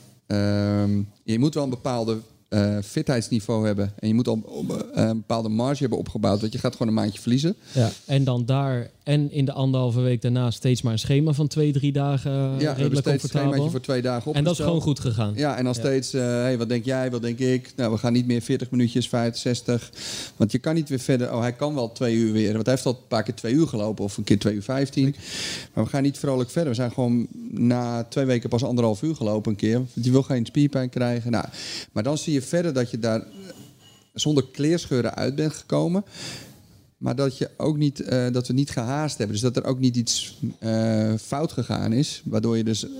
um, je moet wel een bepaalde uh, fitheidsniveau hebben. En je moet al uh, een bepaalde marge hebben opgebouwd. Want je gaat gewoon een maandje verliezen. Ja, en dan daar en in de anderhalve week daarna steeds maar een schema van twee, drie dagen ja, redelijk we steeds comfortabel. een schemaatje voor twee dagen opgesteld. En dat is gewoon goed gegaan. Ja, en dan ja. steeds, uh, hey, wat denk jij, wat denk ik? Nou, we gaan niet meer veertig minuutjes, vijftig, zestig. Want je kan niet weer verder. Oh, hij kan wel twee uur weer. Want hij heeft al een paar keer twee uur gelopen. Of een keer twee uur vijftien. Maar we gaan niet vrolijk verder. We zijn gewoon na twee weken pas anderhalf uur gelopen een keer. Want je wil geen spierpijn krijgen. Nou, maar dan zie je verder dat je daar zonder kleerscheuren uit bent gekomen. Maar dat, je ook niet, uh, dat we niet gehaast hebben. Dus dat er ook niet iets uh, fout gegaan is. Waardoor je dus uh,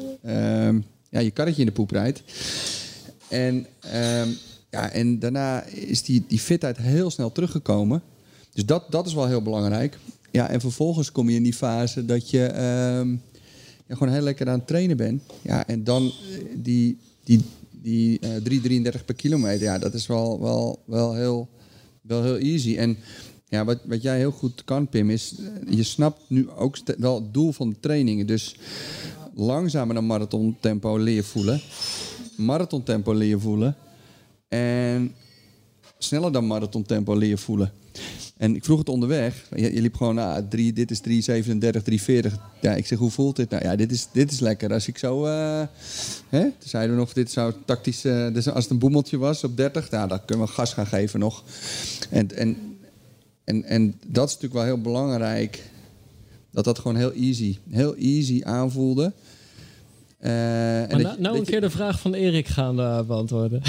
ja, je karretje in de poep rijdt. En, uh, ja, en daarna is die, die fitheid heel snel teruggekomen. Dus dat, dat is wel heel belangrijk. Ja, en vervolgens kom je in die fase dat je uh, ja, gewoon heel lekker aan het trainen bent. Ja, en dan uh, die, die, die uh, drie drieëndertig per kilometer. Ja, dat is wel, wel, wel, heel, wel heel easy. En ja, wat, wat jij heel goed kan, Pim, is... je snapt nu ook st- wel het doel van de trainingen. Dus langzamer dan marathontempo leer voelen. Marathontempo leer voelen. En sneller dan marathontempo leer voelen. En ik vroeg het onderweg. Je, je liep gewoon, ah, drie, dit is drie zevenendertig, drie veertig. Ja, ik zeg, hoe voelt dit? Nou ja, dit is, dit is lekker. Als ik zo... Uh, hè? Toen zeiden we nog, dit zou tactisch... Uh, dus als het een boemeltje was op dertig, nou, dan kunnen we gas gaan geven nog. En, en, en, en dat is natuurlijk wel heel belangrijk. Dat dat gewoon heel easy, heel easy aanvoelde. Uh, maar en nou, nou een keer je... de vraag van Erik gaan uh, beantwoorden.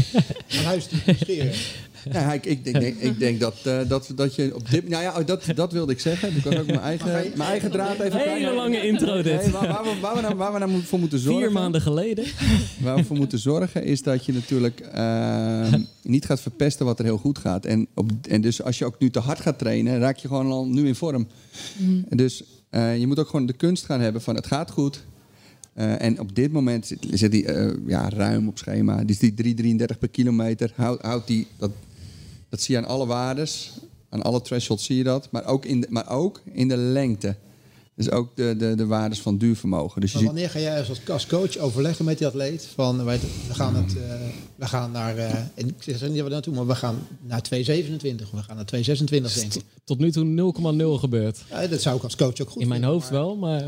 Aan huis te scheren. Ja, ik, ik, denk, ik, ik denk dat, uh, dat, dat je op dit... Nou ja, dat, dat wilde ik zeggen. Ik kan ook mijn eigen, mijn eigen draad even... Een hele lange intro dit. Nee, waar, waar, we, waar, we nou, waar we nou voor moeten zorgen... Vier maanden geleden. Waar we voor moeten zorgen is dat je natuurlijk uh, niet gaat verpesten wat er heel goed gaat. En, op, en dus als je ook nu te hard gaat trainen, raak je gewoon al nu in vorm. Mm. En dus uh, je moet ook gewoon de kunst gaan hebben van het gaat goed... Uh, en op dit moment zit, zit die uh, ja, ruim op schema. Dus die drie drieëndertig per kilometer. Houd, houd die, dat, dat zie je aan alle waardes. Aan alle thresholds zie je dat. Maar ook in de, maar ook in de lengte. Dus ook de, de, de waardes van duurvermogen. Dus je maar wanneer ga jij als, als coach overleggen met die atleet? Van, we gaan, het, uh, we gaan naar... Uh, en ik zeg niet wat we naartoe, maar we gaan naar twee zevenentwintig. We gaan naar twee zesentwintig, denk ik. Tot nu toe nul komma nul gebeurd. Ja, dat zou ik als coach ook goed in mijn vinden, hoofd maar, wel, maar...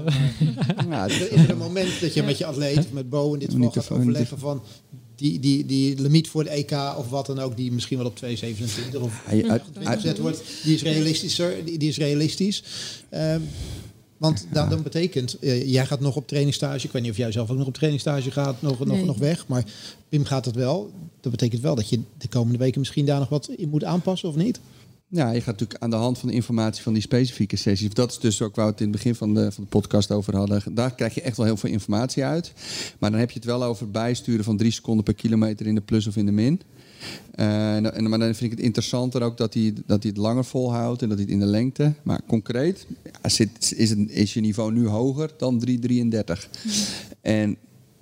Ja, is er een moment dat je met je atleet, of met Bo in dit geval, gaat overleggen van... Die, die, die limiet voor de E K of wat dan ook, die misschien wel op twee zevenentwintig of gezet wordt, die is realistischer, die, die is realistisch. Um, Want dan, dan betekent, uh, jij gaat nog op trainingsstage. Ik weet niet of jij zelf ook nog op trainingsstage gaat, nog, nee. nog, nog weg. Maar Pim gaat het wel. Dat betekent wel dat je de komende weken misschien daar nog wat in moet aanpassen, of niet? Ja, je gaat natuurlijk aan de hand van de informatie van die specifieke sessies. Dat is dus ook waar we het in het begin van de, van de podcast over hadden. Daar krijg je echt wel heel veel informatie uit. Maar dan heb je het wel over bijsturen van drie seconden per kilometer in de plus of in de min. Uh, en, maar dan vind ik het interessanter ook dat hij, dat hij het langer volhoudt en dat hij het in de lengte. Maar concreet ja, zit, is, het, is je niveau nu hoger dan drie drieëndertig. Mm. En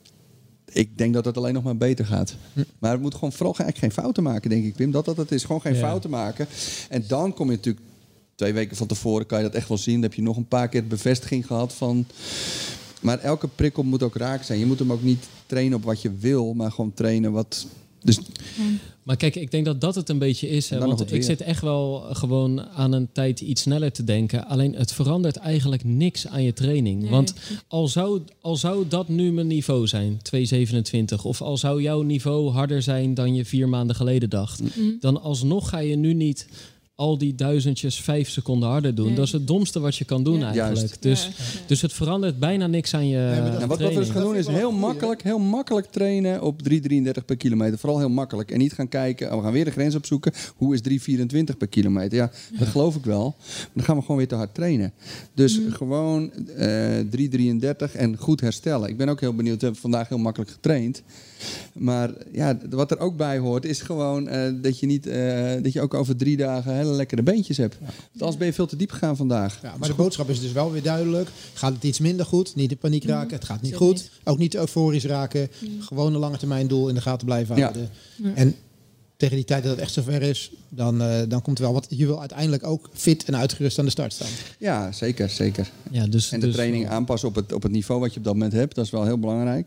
ik denk dat het alleen nog maar beter gaat. Mm. Maar het moet gewoon vooral eigenlijk geen fouten maken, denk ik, Wim. Dat dat het is, gewoon geen ja. fouten maken. En dan kom je natuurlijk twee weken van tevoren, kan je dat echt wel zien. Dan heb je nog een paar keer bevestiging gehad van... Maar elke prikkel moet ook raak zijn. Je moet hem ook niet trainen op wat je wil, maar gewoon trainen wat... Dus... Maar kijk, ik denk dat dat het een beetje is. Hè, want ik zit echt wel gewoon aan een tijd iets sneller te denken. Alleen het verandert eigenlijk niks aan je training. Nee. Want al zou, al zou dat nu mijn niveau zijn, twee zevenentwintig... of al zou jouw niveau harder zijn dan je vier maanden geleden dacht... Mm. dan alsnog ga je nu niet... al die duizendjes vijf seconden harder doen. Nee. Dat is het domste wat je kan doen ja. eigenlijk. Dus, ja. dus het verandert bijna niks aan je nee, nou, wat, wat we dus gaan doen is heel makkelijk, heel makkelijk trainen op drie drieëndertig per kilometer. Vooral heel makkelijk. En niet gaan kijken, oh, we gaan weer de grens opzoeken. Hoe is drie vierentwintig per kilometer? Ja, dat ja. geloof ik wel. Maar dan gaan we gewoon weer te hard trainen. Dus mm. gewoon uh, drie drieëndertig en goed herstellen. Ik ben ook heel benieuwd. We hebben vandaag heel makkelijk getraind. Maar ja, wat er ook bij hoort is gewoon uh, dat je niet uh, dat je ook over drie dagen hele lekkere beentjes hebt. Ja. Want anders ben je veel te diep gegaan vandaag. Ja, maar de boodschap is dus wel weer duidelijk. Gaat het iets minder goed? Niet in paniek raken. Mm. Het gaat niet Zeker goed. Niet. Ook niet euforisch raken. Mm. Gewoon een lange termijn doel in de gaten blijven houden. Ja. Ja. En tegen die tijd dat het echt zover is, dan, uh, dan komt er wel wat. Je wil uiteindelijk ook fit en uitgerust aan de start staan. Ja, zeker, zeker. Ja, dus, en de dus, training aanpassen op het, op het niveau wat je op dat moment hebt. Dat is wel heel belangrijk.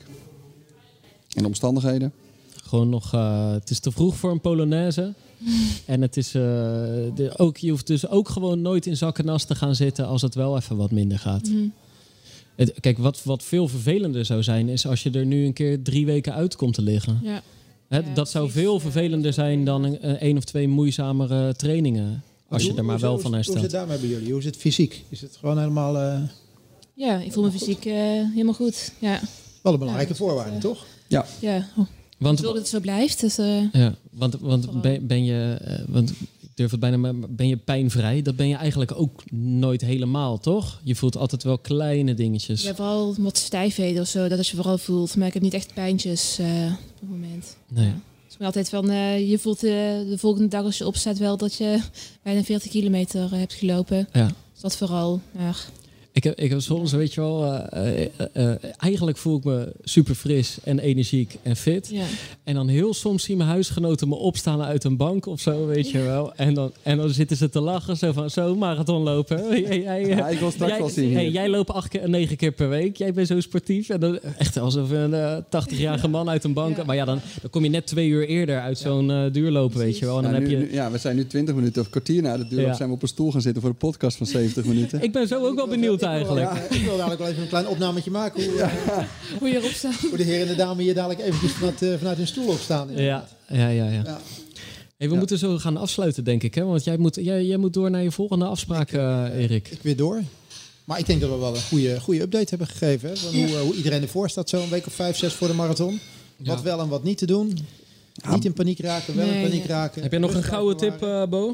En de omstandigheden? Gewoon nog... Uh, het is te vroeg voor een Polonaise. En het is... Uh, de, ook, je hoeft dus ook gewoon nooit in zak en as te gaan zitten... als het wel even wat minder gaat. Mm. Het, kijk, wat, wat veel vervelender zou zijn... is als je er nu een keer drie weken uit komt te liggen. Ja. Hè, ja, dat zou veel vervelender zijn dan een, een of twee moeizamere trainingen. Als hoe, je er maar wel van herstelt. Hoe is het daarmee bij jullie? Hoe is het fysiek? Is het gewoon helemaal... Uh... Ja, ik voel me fysiek uh, helemaal goed. Ja. Wel een belangrijke ja, voorwaarde, uh, toch? Ja. ja. Oh. Want, ik wil dat het zo blijft. Dus, uh, ja, want, want ben, ben je... Uh, want ik durf het bijna... Maar ben je pijnvrij? Dat ben je eigenlijk ook nooit helemaal, toch? Je voelt altijd wel kleine dingetjes. Je hebt wel wat stijfheden of zo. Dat als je vooral voelt. Maar ik heb niet echt pijntjes uh, op het moment. Nee. Ja. Dus altijd van... Uh, je voelt uh, de volgende dag als je opstaat wel... dat je bijna veertig kilometer uh, hebt gelopen. Ja. Dus dat vooral... Ja. Ik heb, ik heb soms, weet je wel, uh, uh, uh, eigenlijk voel ik me super fris en energiek en fit. Ja. En dan heel soms zien mijn huisgenoten me opstaan uit een bank of zo, weet je wel. En dan, en dan zitten ze te lachen, zo van, zo, marathon lopen. Jij, jij, ja, ik wil straks jij, wel zien. Hey, jij loopt acht keer, negen keer per week. Jij bent zo sportief. En dan, echt alsof een uh, tachtigjarige man uit een bank. Ja. Maar ja, dan, dan kom je net twee uur eerder uit zo'n uh, duurlopen, weet je wel. En dan ja, heb nu, je... nu, ja, we zijn nu twintig minuten of kwartier na de duurloop. Ja. Zijn we op een stoel gaan zitten voor een podcast van zeventig minuten. Ik ben zo ook wel benieuwd eigenlijk. Ja, ik wil dadelijk wel even een klein opnametje maken. Hoe, ja. uh, hoe je erop staat. Hoe de heren en de dame hier dadelijk eventjes vanuit, uh, vanuit hun stoel opstaan. Ja, ja, ja. ja. ja. Hey, we ja. moeten zo gaan afsluiten, denk ik. Hè? Want jij moet, jij, jij moet door naar je volgende afspraak, uh, Erik. Ik weer door. Maar ik denk dat we wel een goede, goede update hebben gegeven. Hè? Van hoe, uh, hoe iedereen ervoor staat, zo een week of vijf, zes voor de marathon. Ja. Wat wel en wat niet te doen. Ja. Niet in paniek raken, wel nee, in paniek ja. raken. Heb jij nog een gouden tip, uh, Bo?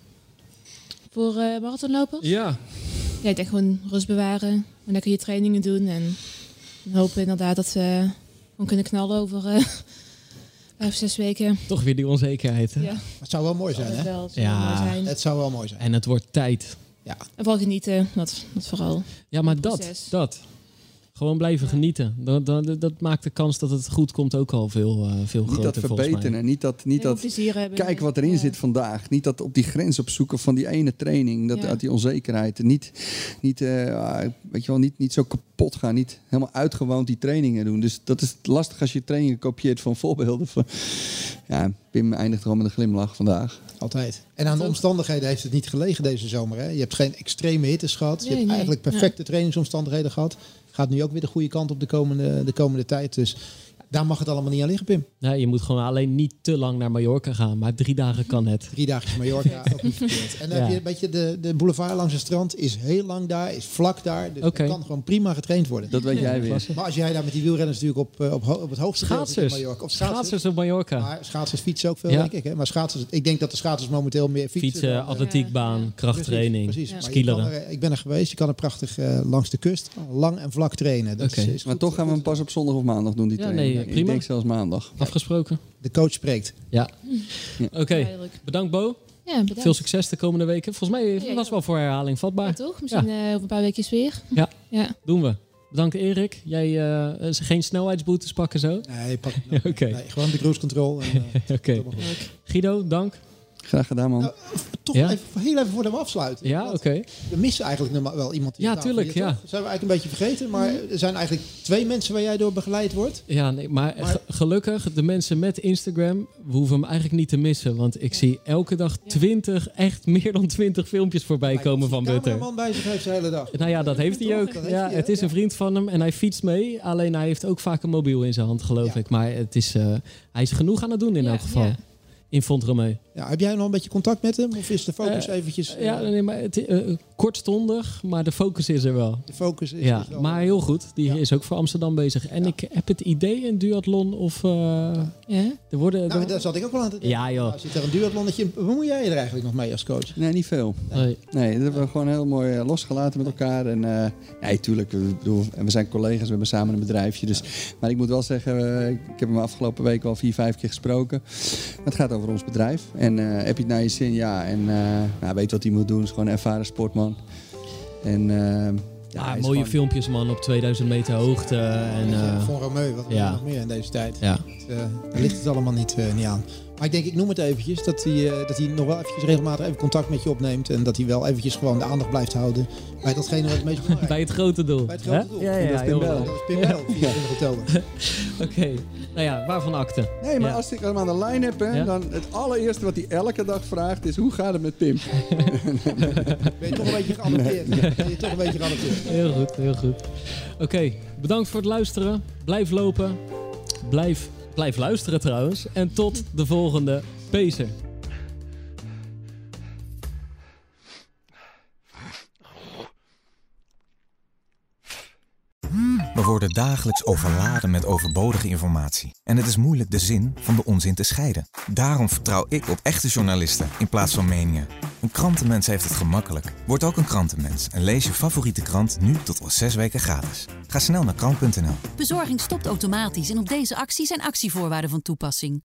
Voor uh, marathonlopers? Ja. Ja, ik denk gewoon rust bewaren. En lekker je trainingen doen. En hopen inderdaad dat we gewoon kunnen knallen over uh, vijf, zes weken. Toch weer die onzekerheid, hè? Ja. Het zou wel mooi zijn, hè? Het wel, het ja. mooi zijn. Het zou wel mooi zijn. En het wordt tijd. Ja. En vooral genieten, dat, dat vooral. Ja, maar dat, dat. Gewoon blijven ja. genieten. Dat, dat, dat maakt de kans dat het goed komt ook al veel, uh, veel niet groter, dat verbeteren, niet dat, niet dat kijken wat erin ja. zit vandaag. Niet dat op die grens opzoeken van die ene training, dat, ja. uit die onzekerheid. Niet, niet, uh, weet je wel, niet, niet zo kapot gaan, niet helemaal uitgewoond die trainingen doen. Dus dat is lastig als je trainingen kopieert van voorbeelden. Van, ja, Pim eindigt gewoon met een glimlach vandaag. Altijd. En aan de omstandigheden heeft het niet gelegen deze zomer. Hè? Je hebt geen extreme hittes gehad. Je nee, hebt nee. eigenlijk perfecte ja. trainingsomstandigheden gehad. Gaat nu ook weer de goede kant op de komende, de komende tijd. Dus daar mag het allemaal niet aan liggen, Pim. Nee, je moet gewoon alleen niet te lang naar Mallorca gaan. Maar drie dagen kan het. Drie dagen Mallorca, ook niet verkeerd. En dan ja. heb je een beetje de, de boulevard langs het strand is heel lang daar, is vlak daar. Dus okay. kan gewoon prima getraind worden. Dat weet jij weer. Maar als jij daar met die wielrenners natuurlijk op, op, op het hoogste schaatsers. Op Mallorca. Of schaatsers. schaatsers op Mallorca. Maar schaatsers fietsen ook veel, ja. denk ik. Hè? Maar schaatsers, ik denk dat de schaatsers momenteel meer fietsen. Fietsen, dan, atletiekbaan, ja. krachttraining, precies, precies. Ja. skileren. Er, ik ben er geweest, je kan er prachtig uh, langs de kust lang en vlak trainen. Dat okay. is, is maar toch gaan we hem pas op zondag of maandag doen, die ja, training. Nee, prima. Ik denk zelfs maandag. Afgesproken. De coach spreekt. Ja. ja. Oké, okay. bedankt Bo. Ja, bedankt. Veel succes de komende weken. Volgens mij ja, ja. was wel voor herhaling vatbaar. Ja, toch? Misschien ja. uh, over een paar weken weer. Ja, ja. doen we. Bedankt Erik. Jij uh, geen snelheidsboetes pakken zo? Nee, pak het nog. okay. nee, gewoon de cruise control. Uh, Oké. Okay. Guido, dank. Graag gedaan, man. Nou, toch ja? even, heel even voordat we afsluiten. Ja, oké. Okay. We missen eigenlijk nog wel iemand. Die ja, tuurlijk. Ja. Dat zijn we eigenlijk een beetje vergeten. Maar er zijn eigenlijk twee mensen waar jij door begeleid wordt. Ja, nee, maar, maar gelukkig, de mensen met Instagram, we hoeven hem eigenlijk niet te missen. Want ik ja. zie elke dag twintig, echt meer dan twintig filmpjes voorbij maar komen van Butter. Een man bij zich heeft de hele dag. Nou ja, dat heeft hij ook. Heeft ja, hij, het is ja. een vriend van hem en hij fietst mee. Alleen hij heeft ook vaak een mobiel in zijn hand, geloof ja. ik. Maar het is, uh, hij is genoeg aan het doen in ja, elk geval. Ja. In Font-Romeu. Ja, heb jij nog een beetje contact met hem? Of is de focus uh, eventjes... Uh, ja, nee, maar het, uh, kortstondig, maar de focus is er wel. De focus is ja, er wel. Maar heel goed. Die ja. is ook voor Amsterdam bezig. En ja. ik heb het idee een duathlon of... Uh, ja? er worden, nou, er... daar zat ik ook wel aan te denken. Ja, joh. Als je er een duathlonnetje... Bemoei jij er eigenlijk nog mee als coach? Nee, niet veel. Nee, nee dat hebben we gewoon heel mooi losgelaten met elkaar. En uh, nee, tuurlijk. We, bedoel, we zijn collega's, we hebben samen een bedrijfje. Dus, ja. Maar ik moet wel zeggen, uh, ik heb hem afgelopen week al vier, vijf keer gesproken. Het gaat over ons bedrijf. En uh, heb je het naar je zin? Ja. En uh, nou, weet wat hij moet doen. Is gewoon een ervaren sportman. En... Uh, Ja, mooie gewoon... filmpjes man op tweeduizend meter hoogte. En, uh, Van Romeu, wat ja. nog meer in deze tijd. Ja. Het, uh, daar ligt het allemaal niet, uh, niet aan. Maar ik denk, ik noem het eventjes, dat hij, uh, dat hij nog wel eventjes regelmatig even contact met je opneemt. En dat hij wel eventjes gewoon de aandacht blijft houden bij datgene wat het meest belangrijk is. Bij het grote doel. Bij het grote doel. Ja, ja, ja, dat is Pim Bel. Dat is Pim Bel, vierentwintig oktober. Oké, okay. Nou ja, waarvan akte? Nee, maar ja. als ik hem aan de lijn heb, hè, ja? dan het allereerste wat hij elke dag vraagt is, hoe gaat het met Pim? Ben je toch een beetje geadopteerd? Nee. Ben je toch een beetje geadopteerd? Heel goed, heel goed. Oké, okay, bedankt voor het luisteren. Blijf lopen. Blijf, blijf luisteren trouwens. En tot de volgende Pacer. We worden dagelijks overladen met overbodige informatie. En het is moeilijk de zin van de onzin te scheiden. Daarom vertrouw ik op echte journalisten in plaats van meningen. Een krantenmens heeft het gemakkelijk. Word ook een krantenmens en lees je favoriete krant nu tot al zes weken gratis. Ga snel naar krant punt n l. Bezorging stopt automatisch en op deze actie zijn actievoorwaarden van toepassing.